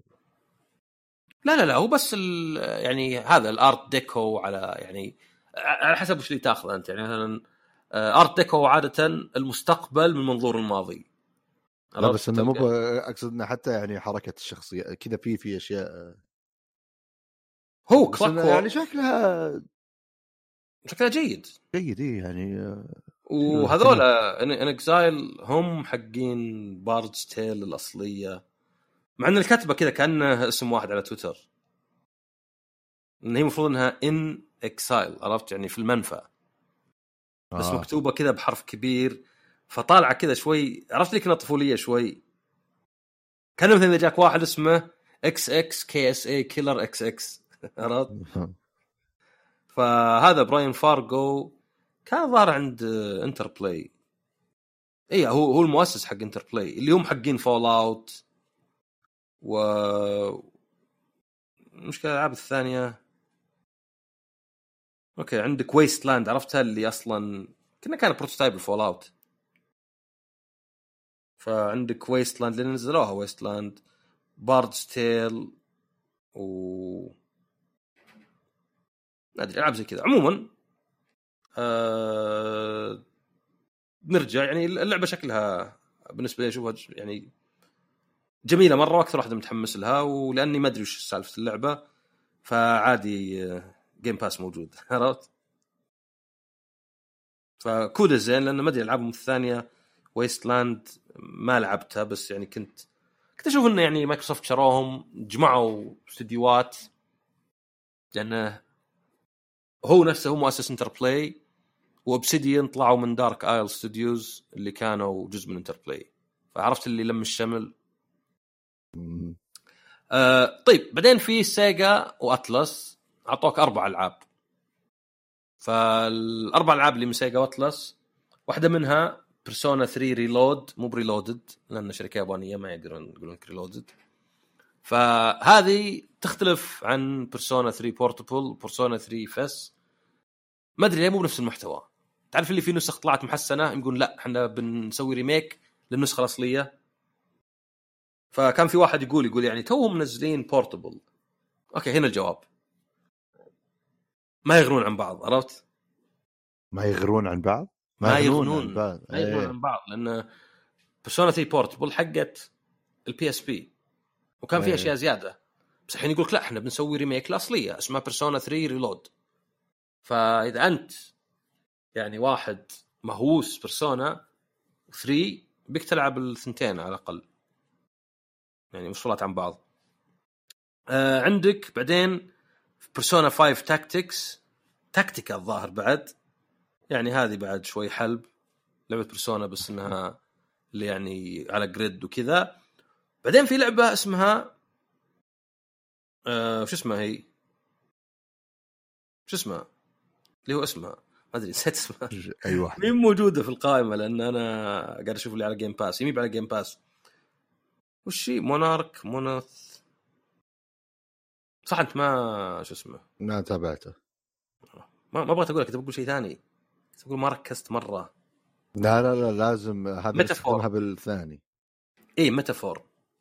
لا لا لا هو بس يعني هذا الارت ديكو على يعني على حسب وش اللي تاخذ انت يعني مثلا ارت ديكو عاده المستقبل من منظور الماضي. لا بس انه مو اقصد انه حتى يعني حركه الشخصيه كذا في في اشياء هو كلاك يعني شكلها شكلها جيد جيد ايه يعني. وهذول ان اكزايل هم حقين باردز تيل الاصليه مع ان الكتبه كذا كانه اسم واحد على تويتر ان هي المفروض انها ان اكسايل عرفت يعني في المنفى بس آه. مكتوبه كذا بحرف كبير فطالعه كذا شوي عرفت لي كنا طفوليه شوي كان مثلا اذا جاك واحد اسمه اكس اكس كي اس اي كيلر اكس اكس عرفت. فهذا براين فارغو كان ظاهر عند انتر بلاي ايه هو هو المؤسس حق انتر بلاي اللي هم حقين فول اوت و مشكلة الألعاب الثانية. أوكي عندك ويست لاند عرفتها اللي أصلاً كنا كان بروتوتايب الفول أوت فعندك ويست لاند اللي نزلوها ويست لاند باردز تيل و ما أدري ألعاب زي كذا. عموماً أه... نرجع يعني اللعبة شكلها بالنسبة لي أشوفها يعني جميلة مرة وأكثر واحدة متحمس لها ولأني ما أدري وش سالفة اللعبة فعادي جيم باس موجود عرفت. فكود زين لأنه ما أدري ألعابهم الثانية ويست لاند ما لعبتها بس يعني كنت كنت أشوف إنه يعني مايكروسوفت شروهم جمعوا استديوهات لأنه هو نفسه هو مؤسس انتر بلاي وأوبسيديان طلعوا من دارك آيل ستوديوز اللي كانوا جزء من انتر بلاي فعرفت اللي لم الشمل. آه طيب بعدين في سيجا وأتلس أعطوك أربع ألعاب. فالأربع ألعاب اللي من سيجا وأتلس واحدة منها بيرسونا ثري ريلود مو بريلودد لأن شركة يابانية ما يقدرون يقولون ريلودد. فهذه تختلف عن بيرسونا ثري بورتابل بيرسونا ثري فيس ما أدري ليه مو بنفس المحتوى. تعرف اللي في نسخ طلعت محسنة يقول لا احنا بنسوي ريميك للنسخة الأصلية. فكان في واحد يقول يقول يعني توهم منزلين بورتابل. أوكي هنا الجواب ما يغرون عن بعض عرفت. ما يغرون عن بعض ما, ما يغنون, يغنون عن بعض ما يغنون ايه. عن بعض لأن بيرسونا ثري بورتابل حقت البي اس بي وكان في اشياء زياده بس الحين يقولك لا احنا بنسوي ريميك الاصليه اسمها بيرسونا ثري ريلود. فاذا انت يعني واحد مهووس بيرسونا ثري بك تلعب الثنتين على الاقل يعني مفصولات عن بعض. آه عندك بعدين بيرسونا فايف تاكتكس تاكتيكا الظاهر بعد يعني هذه بعد شوي حلب لعبه بيرسونا بس انها اللي يعني على جريد وكذا. بعدين في لعبه اسمها آه، شو اسمها هي شو اسمها اللي هو اسمها ما ادري نسيت اسمها اي واحده مين موجوده في القائمه لان انا قاعد اشوف اللي على جيم باس يمي على جيم باس وش هي مونارك مونث صح انت ما شو اسمه ما تابعته ما ما ابغى اقول لك تقول شيء ثاني تقول ما ركزت مره. لا لا لا لازم هذا استخدمها بالثاني اي ميتافور.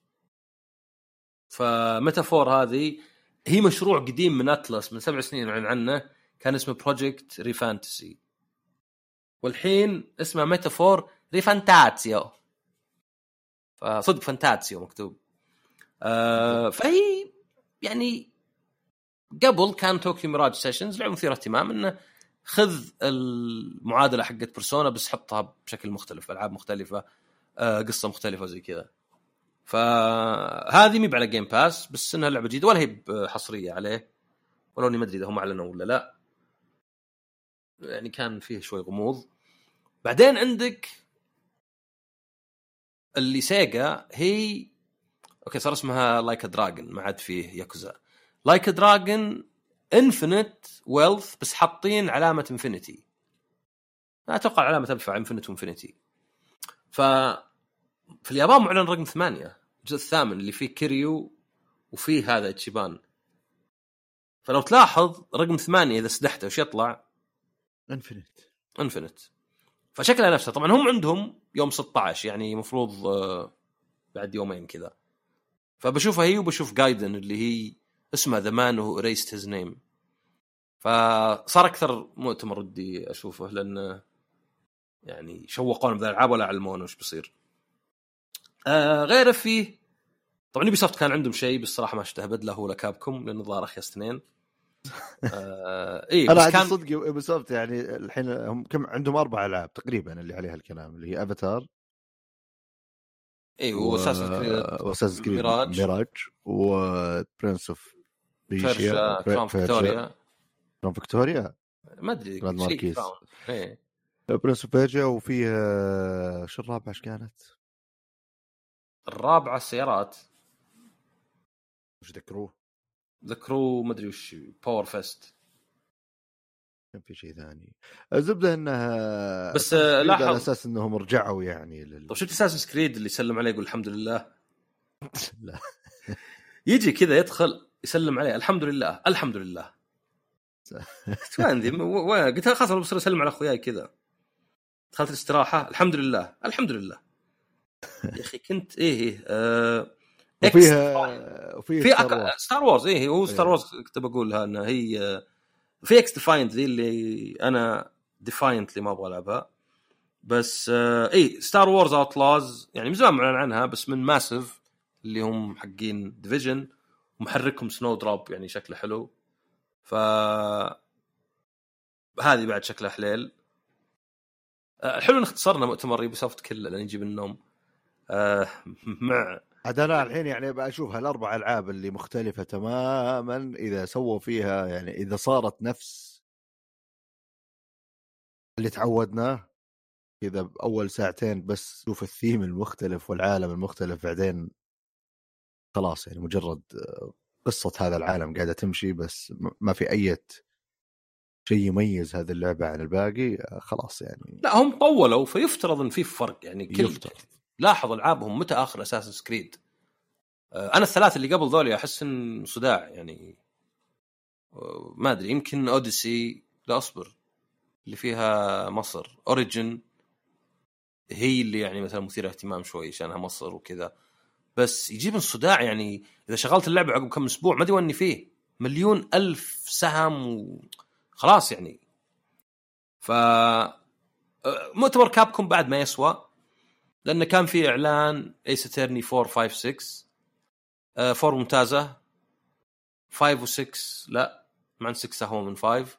فميتافور هذه هي مشروع قديم من أتلس من سبع سنين عن عنه كان اسمه بروجكت ريفانتسي والحين اسمه ميتافور ريفانتاتسيو فصدق فانتاتسيو مكتوب. آه فهي يعني قبل كان توكيو ميراج سيشنز لعبة مثيرة اهتمام انه خذ المعادلة حقت بيرسونا بس حطها بشكل مختلف ألعاب مختلفة آه قصة مختلفة زي كذا. فهذه مي على جيم باس بس انها لعبه جديده ولا هي حصريه عليه ولو اني ما ادري اذا هم اعلنوا ولا لا يعني كان فيه شوي غموض. بعدين عندك اللي سيجا هي اوكي صار اسمها لايك دراجون ما عاد فيه ياكوزا لايك دراجون انفينيت ويلث بس حاطين علامه انفينيتي ما اتوقع علامه تنفع انفينيت وانفينيتي. ف في اليابان معلن رقم ثمانية الجزء الثامن اللي فيه كيريو وفيه هذا اتشيبان. فلو تلاحظ رقم ثمانية اذا سدحته وش يطلع انفينيت انفينيت فشكلها نفسها. طبعا هم عندهم يوم ستة عشر يعني مفروض بعد يومين كذا فبشوفها هي وبشوف جايدن اللي هي اسمها ذا مان هو ريست هيز نيم. فصار اكثر مؤتمر ودي اشوفه لان يعني شوقون بذا الالعاب ولا علمونا وش بيصير. آه غير فيه طبعا يوبيسوفت كان عندهم شيء بالصراحه ما اشتهبت له ولا كابكم لانه ظهر اخيس اثنين. آه ايه انا بس عندي كان صدق يوبيسوفت يعني الحين هم كم عندهم اربع العاب تقريبا اللي عليها الكلام اللي هي افاتار ايه واساسن كريد واساس كريد ميراج, ميراج وبرنس اوف بيرشا كرون فيكتوريا كرون فيكتوريا ما ادري كرون ماركيز ايه برنس اوف بيرشا وفيها شو الرابعه ايش كانت الرابعه السيارات وش ذكروه ذكروا ما ادري وش باور فيست كان في شيء ثاني الزبده انها بس لاحظ على اساس انهم رجعوا يعني لل... طيب شفت اساسن كريد اللي يسلم عليه يقول الحمد لله لا يجي كذا يدخل يسلم عليه الحمد لله الحمد لله عندي قلت خلاص انا بصير اسلم على اخوياي كذا دخلت الاستراحه الحمد لله الحمد لله يا اخي كنت ايه ايه آه وفيها وفيها في أك... ستار وورز ايه هو ستار وورز كنت بقولها انها هي في اكس ديفايند ذي اللي انا ديفاينت اللي ما ابغى العبها بس آه ايه ستار وورز اوتلاز يعني من زمان معلن عنها بس من ماسيف اللي هم حقين ديفيجن ومحركهم سنو دروب يعني شكله حلو. ف هذه بعد شكلها حليل. آه حلو ان اختصرنا مؤتمر يوبيسوفت كله لين نجيب النوم. آه مع عاد انا الحين يعني بشوف هالاربع العاب اللي مختلفه تماما اذا سووا فيها يعني اذا صارت نفس اللي تعودناه كذا باول ساعتين بس شوف الثيم المختلف والعالم المختلف بعدين خلاص يعني مجرد قصه هذا العالم قاعده تمشي بس ما في اي شيء يميز هذه اللعبه عن الباقي خلاص يعني. لا هم طولوا فيفترض ان في فرق يعني كل يفترض. لاحظ العابهم متى اخر اساسن سكريد انا الثلاث اللي قبل ذولي احس ان صداع يعني ما ادري يمكن اوديسي لا اصبر اللي فيها مصر اوريجن هي اللي يعني مثلا مثيره اهتمام شوي عشانها مصر وكذا بس يجيب الصداع يعني اذا شغلت اللعبه عقب كم اسبوع ما ادري واني فيه مليون الف سهم وخلاص يعني. ف مؤتمر كابكوم بعد ما يسوى لأنه كان في إعلان ايس اترني أربعة خمسة ستة أربعة ممتازة خمسة و ستة لا مع ان ستة هو من خمسة.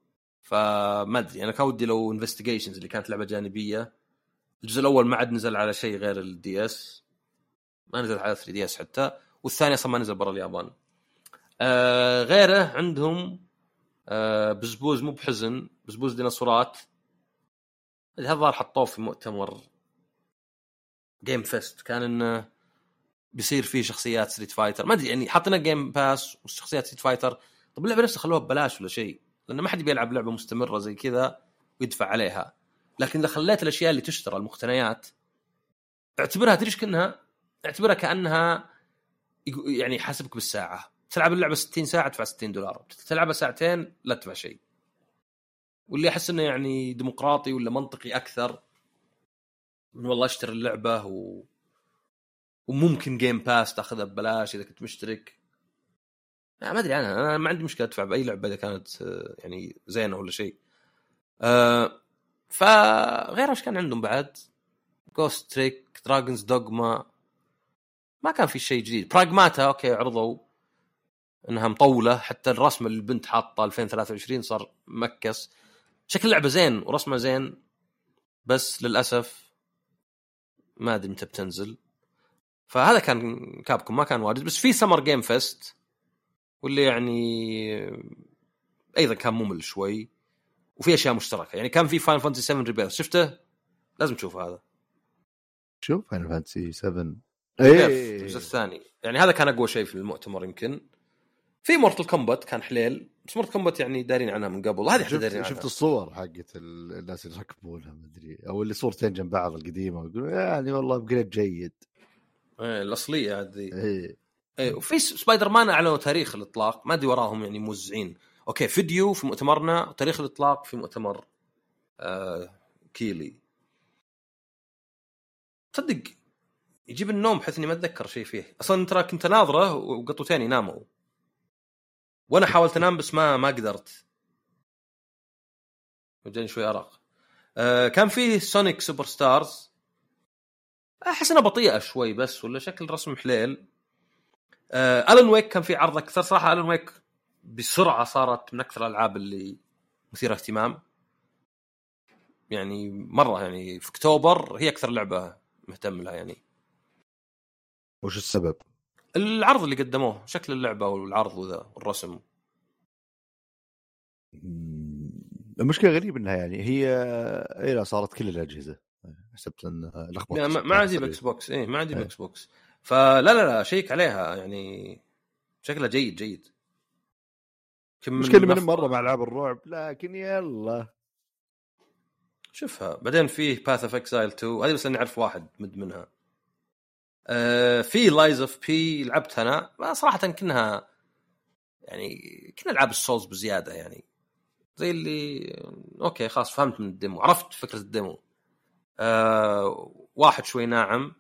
فما ادري انا كودي لو انفستيجيشنز اللي كانت لعبه جانبيه الجزء الاول ما عاد نزل على شيء غير الدي اس ما نزل على ثري دي اس حتى والثاني اصلا ما نزل برا اليابان. آه غيره عندهم آه بزبوز مو بحزن بزبوز ديناصورات هذا ظهر حطوه في مؤتمر جيم فيست كان انه بيصير فيه شخصيات ستريت فايتر ما ادري يعني حطينا جيم باس وشخصيات ستريت فايتر. طب اللعبه نفسها خلوها ببلاش ولا شيء لأن ما حد بيلعب لعبة مستمرة زي كذا ويدفع عليها. لكن إذا خليت الأشياء اللي تشترى المقتنيات اعتبرها تدريش كأنها اعتبرها كأنها يعني حاسبك بالساعة تلعب اللعبة ستين ساعة تدفع ستين دولار تلعبها ساعتين لا تدفع شيء. واللي أحس إنه يعني ديمقراطي ولا منطقي أكثر من والله اشتري اللعبة و... وممكن جيم باس تأخذها ببلاش إذا كنت مشترك. ما أدري أنا أنا ما عندي مشكلة أدفع بأي لعبة إذا كانت يعني زينة ولا شيء. أه فغير إيش كان عندهم بعد Ghost Trick Dragon's Dogma ما كان في شيء جديد. براغماتا أوكي عرضوا إنها مطولة حتى الرسم اللي البنت حاطة ألفين وثلاثة وعشرين صار مكس شكل لعبة زين ورسمه زين بس للأسف ما أدري متى بتنزل. فهذا كان كابكم ما كان واجد. بس في سمر جيم فيست واللي يعني ايضا كان ممل شوي وفي اشياء مشتركه. يعني كان في فاينل فانتسي سفن ريبيرث شفته لازم تشوفه. هذا شوف فاينل فانتسي سفن ايه الجزء الثاني يعني هذا كان اقوى شيء في المؤتمر. يمكن في مورتال كومبات كان حليل بس مورتال كومبات يعني دارين عنها من قبل. هذه احنا دارين عنها. شفت الصور حقت الناس اللي يركبونها ما ادري او اللي صورتين جنب بعض القديمه ويقولون يعني والله بقريب جيد. ايه الاصليه هذه. ايه ايه وفي سبايدر مان اعلنوا تاريخ الاطلاق ما ادري وراهم يعني موزعين. اوكي فيديو في مؤتمرنا تاريخ الاطلاق في مؤتمر آه كيلي. تصدق يجيب النوم بحيث اني ما اتذكر شيء فيه اصلا. ترى كنت ناظره وقطوتين يناموا وانا حاولت انام بس ما ما قدرت وجاني شوي ارق. آه كان فيه سونيك سوبر ستارز احس انها بطيئه شوي بس ولا شكل رسم حليل. آه ألان ويك كان في عرض اكثر صراحه. ألان ويك بسرعه صارت من اكثر الالعاب اللي مثيره اهتمام يعني مره. يعني في اكتوبر هي اكثر لعبه مهتم لها. يعني وش السبب؟ العرض اللي قدموه شكل اللعبه والعرض وذا والرسم. المشكله غريب انها يعني هي إيه صارت كل الاجهزه. حسبت انها لخبطه. ما عندي باكس بوكس. ايه ما عندي باكس بوكس. فلا لا لا شيك عليها يعني شكلها جيد جيد. مشكلة من مرة مع ألعاب الرعب لكن يلا شوفها. بعدين فيه باث اوف اكسايل تو هذه بس أنا أعرف واحد مدمنها. آه في لايز اوف بي لعبتها أنا صراحة كنها يعني كنا ألعاب السولز بزيادة يعني زي اللي أوكي خلاص فهمت من الديمو عرفت فكرة الديمو. آه واحد شوي ناعم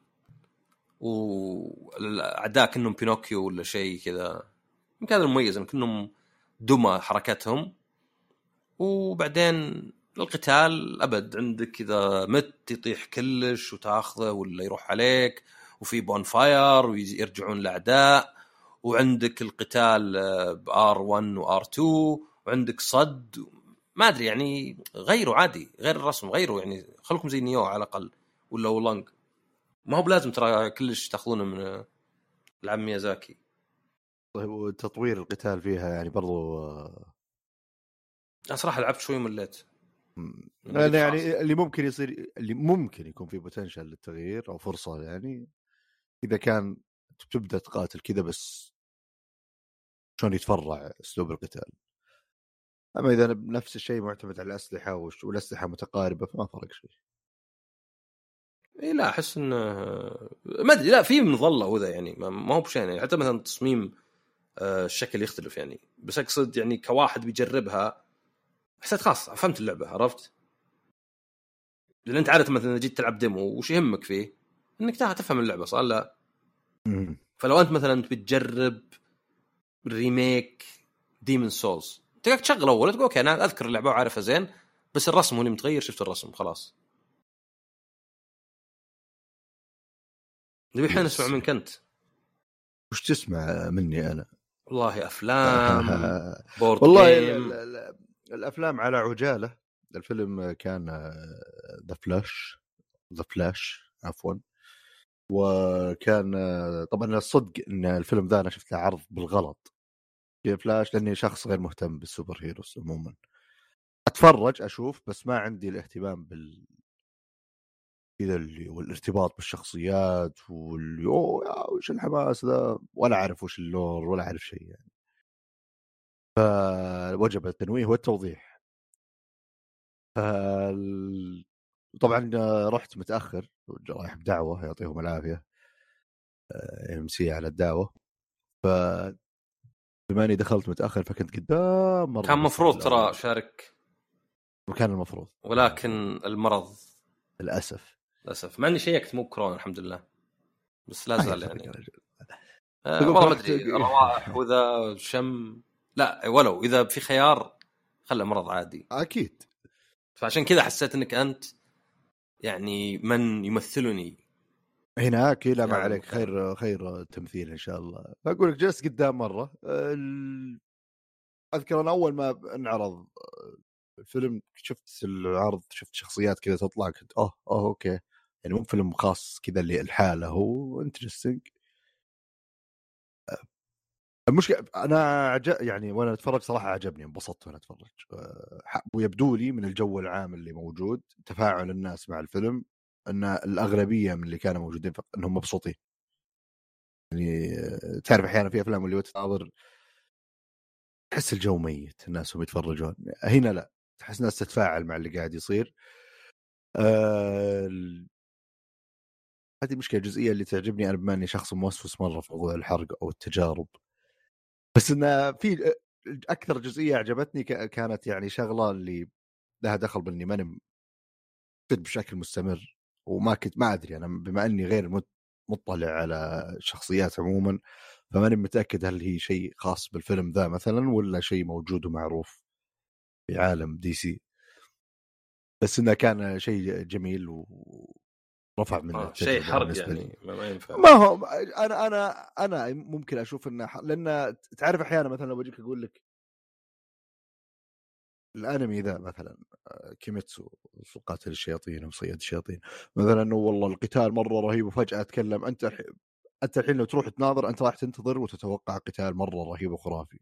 والأعداء كأنهم بينوكيو ولا شيء كذا. يمكن هذا المميز إن كأنهم دمى حركتهم. وبعدين القتال أبد عندك إذا مت يطيح كلش وتأخذه ولا يروح عليك. وفي بون فاير ويرجعون الأعداء. وعندك القتال بآر ون وآر تو وعندك صد ما أدري يعني غيروا عادي غير الرسم غيروا يعني خلكم زي نيو على الأقل ولا ولونج. ما هو بلازم ترى كلش تأخذونه من العم ميازاكي. طيب وتطوير القتال فيها يعني برضو أنا صراحة لعبت شوي مليت. أنا يعني اللي ممكن يصير اللي ممكن يكون فيه بوتنشال للتغيير أو فرصة يعني إذا كان تبدأ تقاتل كذا بس شلون يتفرع أسلوب القتال. أما إذا نفس الشيء معتمد على الأسلحة والأسلحة متقاربة فما فرق شيء. إيه لا أحس إنه ما أدري لا في مظلة وذا يعني ما هو بشيء يعني حتى مثلا تصميم آه الشكل يختلف يعني. بس أقصد يعني كواحد بيجربها حسيت خلاص فهمت اللعبة عرفت. لأن أنت عادة مثلا جيت تلعب ديمو وش يهمك فيه إنك تفهم اللعبة صار لا. فلو أنت مثلا بتجرب ريميك ديمون سولز تقدر تشغل أول تقول أوكي أنا أذكر اللعبة وعارفها زين بس الرسم هو اللي متغير. شفت الرسم خلاص. نبي الحين نسمع منك أنت. وش تسمع مني أنا؟ والله أفلام بورد والله جيم. ال ال الأفلام على عجالة. الفيلم كان ذا فلاش ذا فلاش عفوا. وكان طبعا الصدق ان الفيلم ذا انا شفت له عرض بالغلط في فلاش لاني شخص غير مهتم بالسوبر هيروز عموما. اتفرج اشوف بس ما عندي الاهتمام بال كذا اللي والارتباط بالشخصيات واللي اوه وش الحماس ذا ولا اعرف وش اللور ولا اعرف شيء يعني. فوجب التنويه والتوضيح. طبعا رحت متاخر رايح بدعوه يعطيهم العافيه ام سي على الدعوه. ف بما اني دخلت متاخر فكنت قدام مره. كان مفروض ترى شارك وكان المفروض ولكن المفروض. المرض للاسف للاسف مع اني شيكت مو كورونا الحمد لله بس لا زال يعني آه والله ما ادري روائح وذا شم لا ولو اذا في خيار خله مرض عادي اكيد. فعشان كذا حسيت انك انت يعني من يمثلني هناك. لا ما عليك خير خير تمثيل ان شاء الله. اقول لك جلست قدام مره ال... اذكر انا اول ما انعرض الفيلم شفت العرض شفت شخصيات كذا تطلع كنت اه اه اوكي يعني مو فيلم خاص كذا اللي الحالة، هو انترستنج. المشكلة أنا عج... يعني وأنا أتفرج صراحة عجبني، انبسطت وأنا أتفرج. أه... ويبدو لي من الجو العام اللي موجود، تفاعل الناس مع الفيلم، أن الأغلبية من اللي كانوا موجودين فق... أنهم مبسوطين. يعني تعرف أحيانا في أفلام اللي وتناظر تحس الجو ميت، الناس هم يتفرجون، هنا لا، تحس الناس تتفاعل مع اللي قاعد يصير. أه... هذه مشكلة جزئية اللي تعجبني أنا، بما أني شخص موسوس مرة في موضوع الحرق أو التجارب. بس إنه في أكثر جزئية عجبتني كانت يعني شغلة اللي لها دخل بإني ماني بشكل مستمر، وما كنت ما أدري أنا بما أني غير مطلع على شخصيات عموما، فماني متأكد هل هي شيء خاص بالفيلم ذا مثلا ولا شيء موجود ومعروف في عالم دي سي. بس إنه كان شيء جميل ورفع من آه شيء التجربة حرق بالنسبة يعني لي. ما, ما ينفع. ما هو أنا أنا أنا ممكن أشوف إنه ح... لأن تعرف أحيانا مثلا لو بجيك أقول لك الانمي ذا مثلا كيميتسو قاتل الشياطين او صياد الشياطين مثلا، انه والله القتال مره رهيب وفجاه اتكلم، انت الحين انت الحين لو تروح تناظر انت راح تنتظر وتتوقع قتال مره رهيب وخرافي،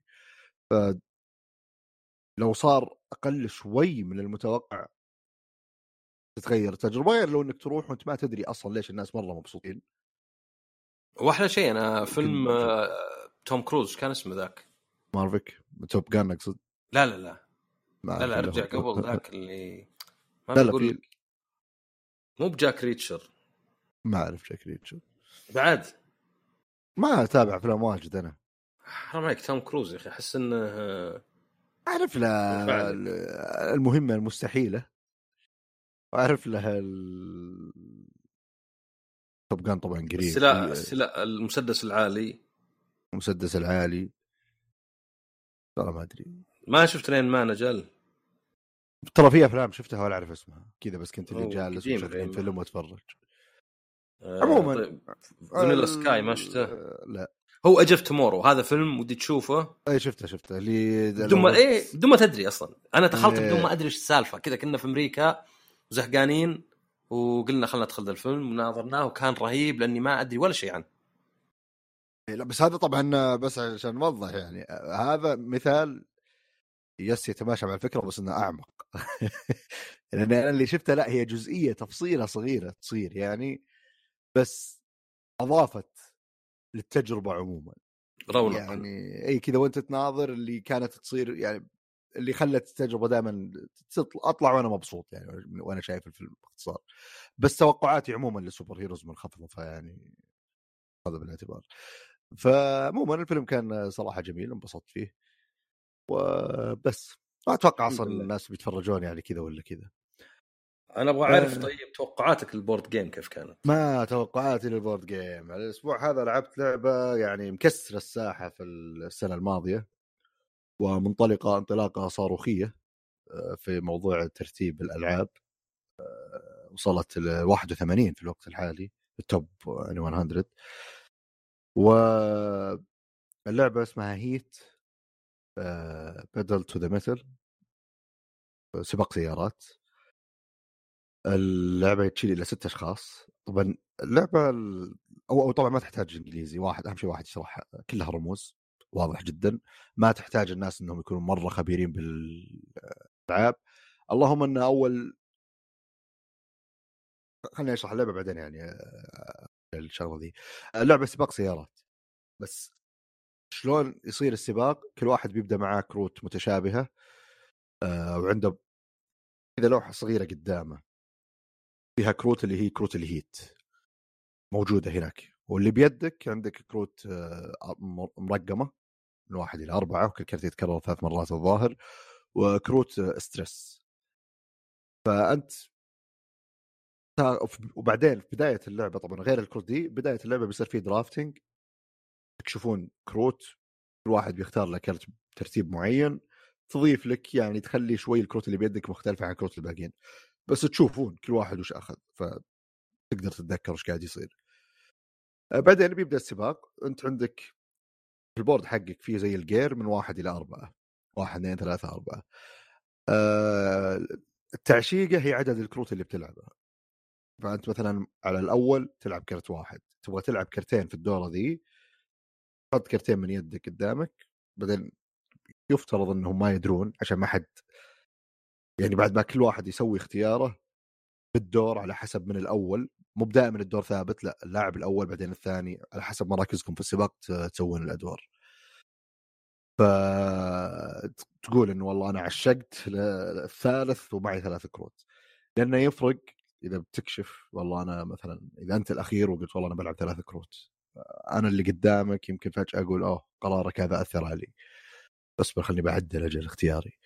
فلو صار اقل شوي من المتوقع تتغير التجربه، غير لو انك تروح وانت ما تدري اصلا ليش الناس مره مبسوطين. واحلى شيء انا فيلم آه توم كروز كان اسمه ذاك مارفيك توب جان اقصد. لا لا لا ما لا لا ارجع له. قبل ذاك اللي ما لا لا بقول في، لك مو بجاك ريتشر. ما اعرف جاك ريتشر، بعد ما اتابع افلام واجد انا. حرام عليك توم كروز يا اخي، احس انه اعرف له المهمه المستحيله، واعرف له ال... توب جان طبعا قريب، السلاح السلاح المسدس العالي، المسدس العالي، ترى ما ادري، ما شفت لين ما نجل. ترى في افلام شفتها ولا اعرف اسمها كذا، بس كنت اللي هو جالس قديم ومشغلين فيلم واتفرج. آه عموما طيب فانيلا سكاي ما شفته؟ لا هو اجف تومورو هذا فيلم ودي تشوفه. اي شفته شفته اللي بدون ما ايه بدون ما تدري اصلا انا دخلت إيه... بدون ما ادري ايش السالفه، كذا كنا في امريكا وزهقانين وقلنا خلنا ندخل الفيلم وناظرناه وكان رهيب لاني ما ادري ولا شيء عنه. لا بس هذا طبعا بس عشان نوضح يعني هذا مثال يس يتماشى مع الفكره بس انه اعمق. لان انا اللي شفته لا هي جزئيه تفصيله صغيره تصير يعني، بس اضافت للتجربه عموما رونق يعني. اي كذا وانت تناظر اللي كانت تصير يعني، اللي خلت التجربه دائما اطلع وانا مبسوط يعني وانا شايف الفيلم باختصار. بس توقعاتي عموما للسوبر هيروز منخفضه، فيعني هذا بالاعتبار. فعموما الفيلم كان صراحه جميل، انبسطت فيه وبس. ما اتوقع اصلا الناس بيتفرجون يعني كذا ولا كذا. انا ابغى اعرف طيب توقعاتك للبورد جيم كيف كانت؟ ما توقعاتي للبورد جيم الاسبوع هذا لعبت لعبه يعني مكسره الساحه في السنه الماضيه، ومنطلقه انطلاقه صاروخيه في موضوع ترتيب الالعاب، وصلت ل واحد وثمانين في الوقت الحالي التوب يعني مية. واللعبه اسمها هيت بيدل تو ذا ميتل، سباق سيارات. اللعبه تشيل الى ست اشخاص. طبعا اللعبه او او طبعا ما تحتاج انجليزي، واحد اهم شيء واحد يشرح، كلها رموز واضح جدا، ما تحتاج الناس انهم يكونوا مره خبيرين بالالعاب. اللهم ان اول خليني اشرح اللعبه بعدين يعني الشغله دي. اللعبه سباق سيارات، بس شلون يصير السباق؟ كل واحد بيبدا معاه كروت متشابهه، آه وعنده كذا لوحه صغيره قدامه فيها كروت اللي هي كروت الهيت موجوده هناك، واللي بيدك عندك كروت آه مرقمه من واحد الى اربعه، وكل كرت يتكرر ثلاث مرات الظاهر، وكروت آه ستريس. فانت وبعدين في بدايه اللعبه طبعا غير الكروت دي، بدايه اللعبه بيصير فيه درافتنج، تكشفون كروت، كل واحد بيختار له كرت بترتيب معين، تضيف لك يعني تخلي شوي الكروت اللي بيدك مختلفه عن الكروت الباقيين، بس تشوفون كل واحد وش اخذ فتقدر تتذكر وش قاعد يصير. بعدين بيبدا السباق، انت عندك في البورد حقك فيه زي الجير من واحد الى اربعه، واحد اثنين ثلاثه اربعه. أه التعشيقه هي عدد الكروت اللي بتلعبها. فانت مثلا على الاول تلعب كرت واحد، تبغى تلعب كرتين في الدوره ذي، حط كرتين من يدك قدامك، بعدين يفترض انهم ما يدرون عشان ما حد يعني بعد ما كل واحد يسوي اختياره بالدور على حسب من الاول، مو دائما الدور ثابت، لا اللاعب الاول بعدين الثاني على حسب مراكزكم في السباق تسوون الادوار. فتقول انه والله انا عشقت الثالث ومعي ثلاث كروت، لانه يفرق اذا بتكشف والله انا مثلا اذا انت الاخير وقلت والله انا بلعب ثلاث كروت، انا اللي قدامك يمكن فجاه اقول اوه قرارك هذا اثر علي، بس خليني بعدل اجل اختياري.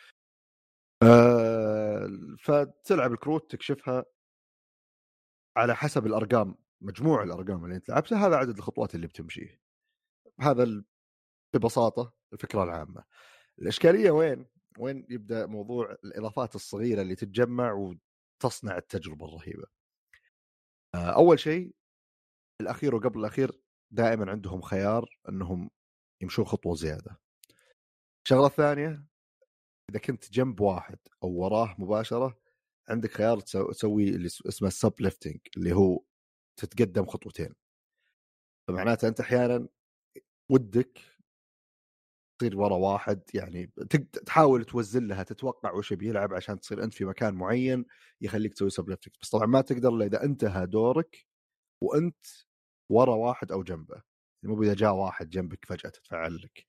أه فتلعب الكروت تكشفها على حسب الارقام، مجموع الارقام اللي انت لعبتها هذا عدد الخطوات اللي بتمشيه. هذا ببساطه الفكره العامه. الاشكاليه وين وين يبدا موضوع الاضافات الصغيره اللي تتجمع وتصنع التجربه الرهيبه. اول شيء الاخير وقبل الاخير دائما عندهم خيار انهم يمشون خطوه زياده. الشغله الثانيه اذا كنت جنب واحد او وراه مباشره عندك خيار تسوي اللي اسمه السب ليفتنج اللي هو تتقدم خطوتين. فمعناته انت احيانا ودك تصير ورا واحد، يعني تحاول توزن لها تتوقع وش بيلعب عشان تصير انت في مكان معين يخليك تسوي سب ليفتنج، بس طبعا ما تقدر الا اذا انتهى دورك وانت ورا واحد او جنبه، مو اذا جاء واحد جنبك فجاه تتفعل لك.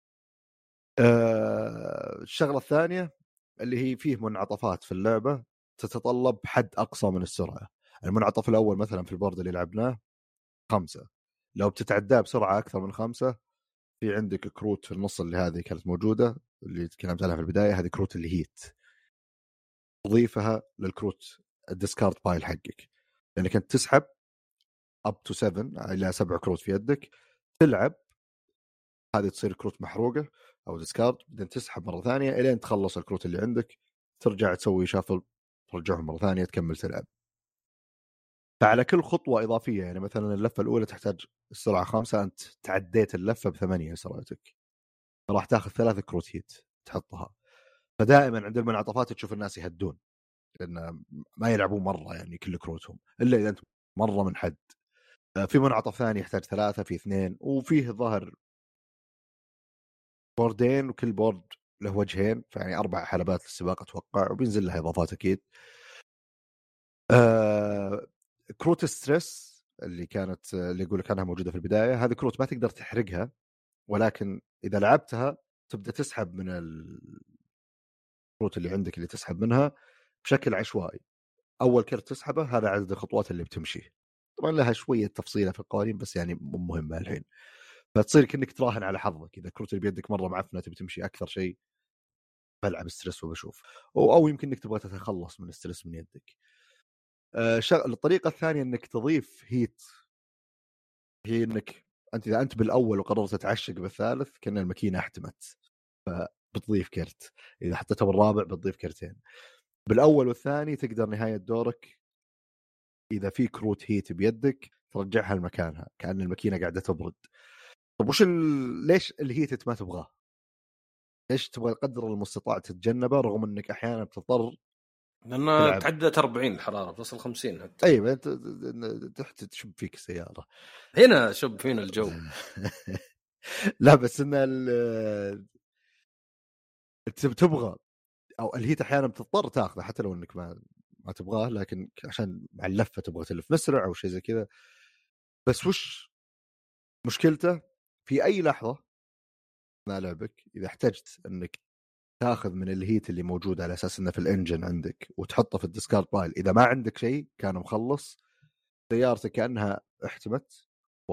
أه الشغله الثانيه اللي هي فيه منعطفات في اللعبه تتطلب حد اقصى من السرعه. المنعطف الاول مثلا في البورد اللي لعبناه خمسة، لو بتتعداه بسرعه اكثر من خمسة في عندك كروت في النص اللي هذه كانت موجوده اللي تكلمت عنها في البدايه، هذه كروت اللي هيت تضيفها للكروت الديسكارد بايل حقك، لانك انت تسحب اب تو سبعة الى سبع كروت في يدك، تلعب هذه تصير كروت محروقه او ديسكارد، بعدين تسحب مره ثانيه الين تخلص الكروت اللي عندك، ترجع تسوي شافل ترجعهم مره ثانيه تكمل تلعب. فعلى كل خطوه اضافيه يعني مثلا اللفه الاولى تحتاج السرعه خمسة، انت تعديت اللفه بثمانيه سرعتك، راح تاخذ ثلاث كروت هيت تحطها. فدائما عند المنعطفات تشوف الناس يهدون لان ما يلعبون مره يعني كل كروتهم الا اذا انت مره من حد. في منعطف ثاني يحتاج ثلاثه، في اثنين، وفيه ظهر بوردين وكل بورد له وجهين، فيعني اربع حلبات للسباق اتوقع، وبينزل لها اضافات اكيد. آه كروت ستريس اللي كانت اللي يقول لك عنها موجوده في البدايه، هذه كروت ما تقدر تحرقها، ولكن اذا لعبتها تبدا تسحب من الكروت اللي عندك اللي تسحب منها بشكل عشوائي. اول كرت تسحبه هذا عدد الخطوات اللي بتمشي، طبعا لها شويه تفصيله في القوانين بس يعني مو مهمه الحين. فتصير كأنك تراهن على حظك، اذا الكروت اللي بيدك مره معفنه تبي تمشي اكثر شيء بلعب ستريس وبشوف، او, أو يمكن انك تبغى تتخلص من الستريس من يدك. أه شغل الطريقه الثانيه انك تضيف هيت، هي انك انت اذا انت بالاول وقررت تعشق بالثالث كأن الماكينه احتمت، فبتضيف كرت، اذا حطيتها بالرابع بتضيف كرتين. بالاول والثاني تقدر نهايه دورك اذا في كروت هيت بيدك ترجعها لمكانها كأن الماكينه قاعده تبرد. طب وش ال... ليش الهيت ما تبغاه؟ ليش تبغى قدر المستطاع تتجنبه رغم انك احيانا تضطر لأن تعدت أربعين الحرارة تصل خمسين حتى. ايوه انت تحت تشب فيك سياره هنا شب فينا الجو. لا بس ان انت تبغى او الهيت احيانا بتضطر تاخذه حتى لو انك ما ما تبغاه، لكن عشان مع اللفه تبغى تلف مسرع او شيء زي كذا. بس وش مشكلته؟ في اي لحظه ما لعبك اذا احتجت انك تاخذ من الهيت اللي موجود على اساس انه في الانجن عندك وتحطه في الديسكارد بايل، اذا ما عندك شيء كان مخلص سيارتك كانها احتمت و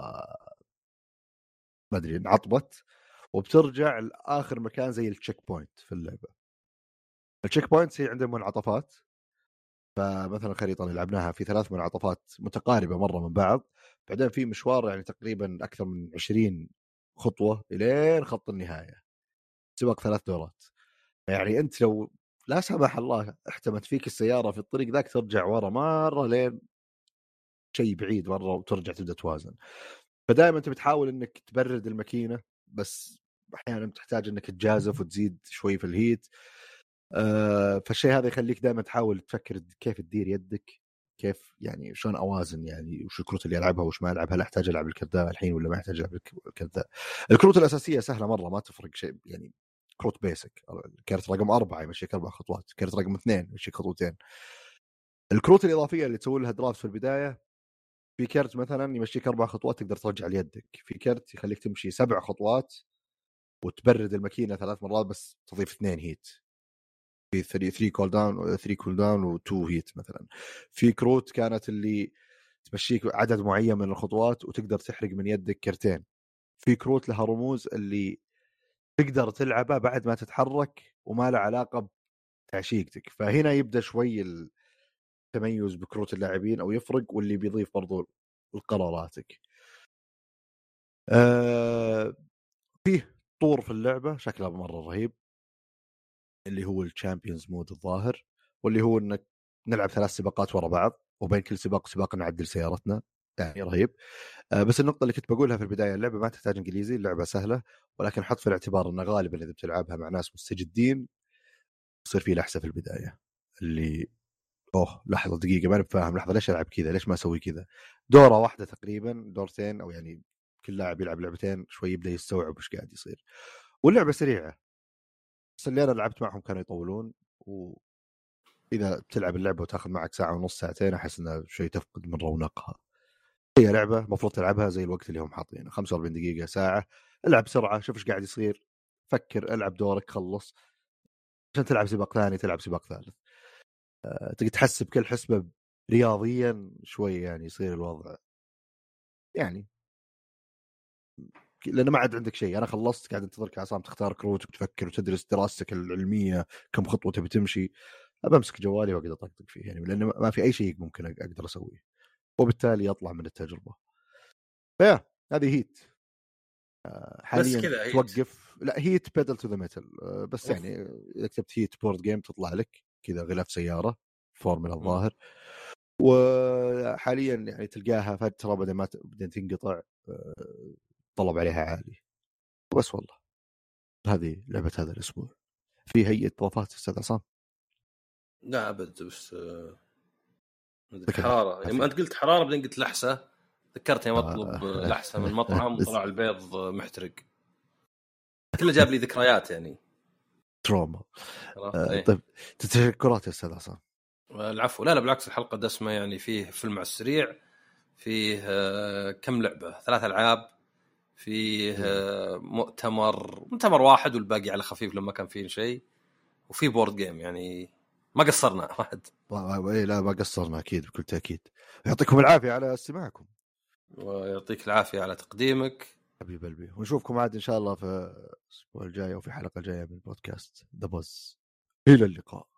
ما ادري انعطبت، وبترجع لاخر مكان زي التشيك بوينت في اللعبه. التشيك بوينت هي عندهم منعطفات، فمثلا الخريطه اللي لعبناها في ثلاث منعطفات متقاربه مره من بعض، بعدين في مشوار يعني تقريبا اكثر من عشرين خطوه الين خط النهايه، سباق ثلاث دورات. يعني انت لو لا سمح الله احتمت فيك السياره في الطريق ذاك ترجع ورا مره لين شيء بعيد مره وترجع تبدا توازن. فدائما انت بتحاول انك تبرد الماكينه، بس احيانا بتحتاج انك تجازف وتزيد شوي في الهيت. أه فالشيء هذا يخليك دائما تحاول تفكر كيف تدير يدك كيف يعني شلون اوازن يعني وش الكروت اللي العبها وش ما العبها، لا احتاج العب الكذاب الحين ولا ما احتاج العب الكذاب. الكروت الاساسيه سهله مره ما تفرق شيء يعني، كروت بيسك. كارت رقم أربعة يمشيك أربع خطوات، كارت رقم اثنين يمشيك خطوتين. الكروت الإضافية اللي تسوي لها درافت في البداية، في كارت مثلا يمشيك أربع خطوات تقدر ترجع ليدك، في كارت يخليك تمشي سبع خطوات وتبرد الماكينة ثلاث مرات بس تضيف اثنين هيت، في ثلاثة كول داون ثلاثة كول داون واتنين هيت مثلا. في كروت كانت اللي تمشيك عدد معين من الخطوات وتقدر تحرق من يدك كرتين. في كروت لها رموز اللي تقدر تلعبها بعد ما تتحرك وما له علاقة بتعشيقتك، فهنا يبدأ شوي التميز بكروت اللاعبين أو يفرق، واللي بيضيف برضو لقراراتك. أه فيه طور في اللعبة شكلها مرة رهيب اللي هو الشامبيونز مود الظاهر، واللي هو انك نلعب ثلاث سباقات ورا بعض وبين كل سباق سباق نعدل سيارتنا، يعني رهيب. أه بس النقطة اللي كنت بقولها في البداية، اللعبة ما تحتاج انجليزي، اللعبة سهلة، ولكن حط في الاعتبار ان غالبا اذا بتلعبها مع ناس مستجدين يصير في لحسة في البداية، اللي اوه لحظة دقيقة ما فاهم، لحظة ليش العب كذا، ليش ما اسوي كذا. دورة واحدة تقريبا دورتين او يعني كل لاعب يلعب لعبتين شوي يبدا يستوعب وش قاعد يصير. واللعبة سريعة، بس اللي انا لعبت معهم كانوا يطولون، واذا بتلعب اللعبه وتاخذ معك ساعه ونص ساعتين احس انها شيء تفقد من رونقها. هي لعبه مفروض تلعبها زي الوقت اللي هم حاطينه خمسة وأربعين دقيقه ساعه، العب بسرعه شوف ايش قاعد يصير، فكر العب دورك خلص عشان تلعب سباق ثاني تلعب سباق ثالث. أه تقدر تحسب كل حسبه رياضيا شوي يعني يصير الوضع يعني، لأنه ما عاد عندك شيء. أنا خلصت قاعد انتظرك عصام تختار كروت وتفكر وتدرس دراستك العلمية كم خطوة تبي تمشي، أمسك جوالي وأقدر أطقطق فيه يعني، لأنه ما في أي شيء ممكن أقدر أسويه، وبالتالي أطلع من التجربة. فيا هذه هيت حاليا توقف. لا هيت بيدل تو ذا ميتال بس أوف. يعني إذا كتبت هيت بورد جيم تطلع لك كذا غلاف سيارة فورمولا الظاهر، وحاليا يعني تلقاها فترة بدل ما بدين تنقطع طلب عليها عالي. بس والله هذه لعبة هذا الأسبوع. في هيئة إضافات أستاذ عصام؟ لا أبد، بس حرارة يعني أنت قلت حرارة بعدين قلت لحسة، ذكرتني مطلب لحسة من مطعم طلع البيض محترق، كله جاب لي ذكريات يعني تروما. آه إيه؟ طيب تشكرات يا أستاذ عصام. العفو. لا لا بالعكس، الحلقة دسمة يعني، فيه فيلم على السريع، فيه آه كم لعبة، ثلاث ألعاب، فيه آه مؤتمر مؤتمر واحد والباقي على خفيف لما كان فيه شيء، وفي بورد جيم يعني ما قصرنا واحد. لا ما قصرنا أكيد بكل تأكيد. يعطيكم العافية على استماعكم ويعطيك العافية على تقديمك حبيب قلبي، ونشوفكم عاد إن شاء الله في الأسبوع الجاي أو في حلقة جاية من بودكاست ذا بوز. إلى اللقاء.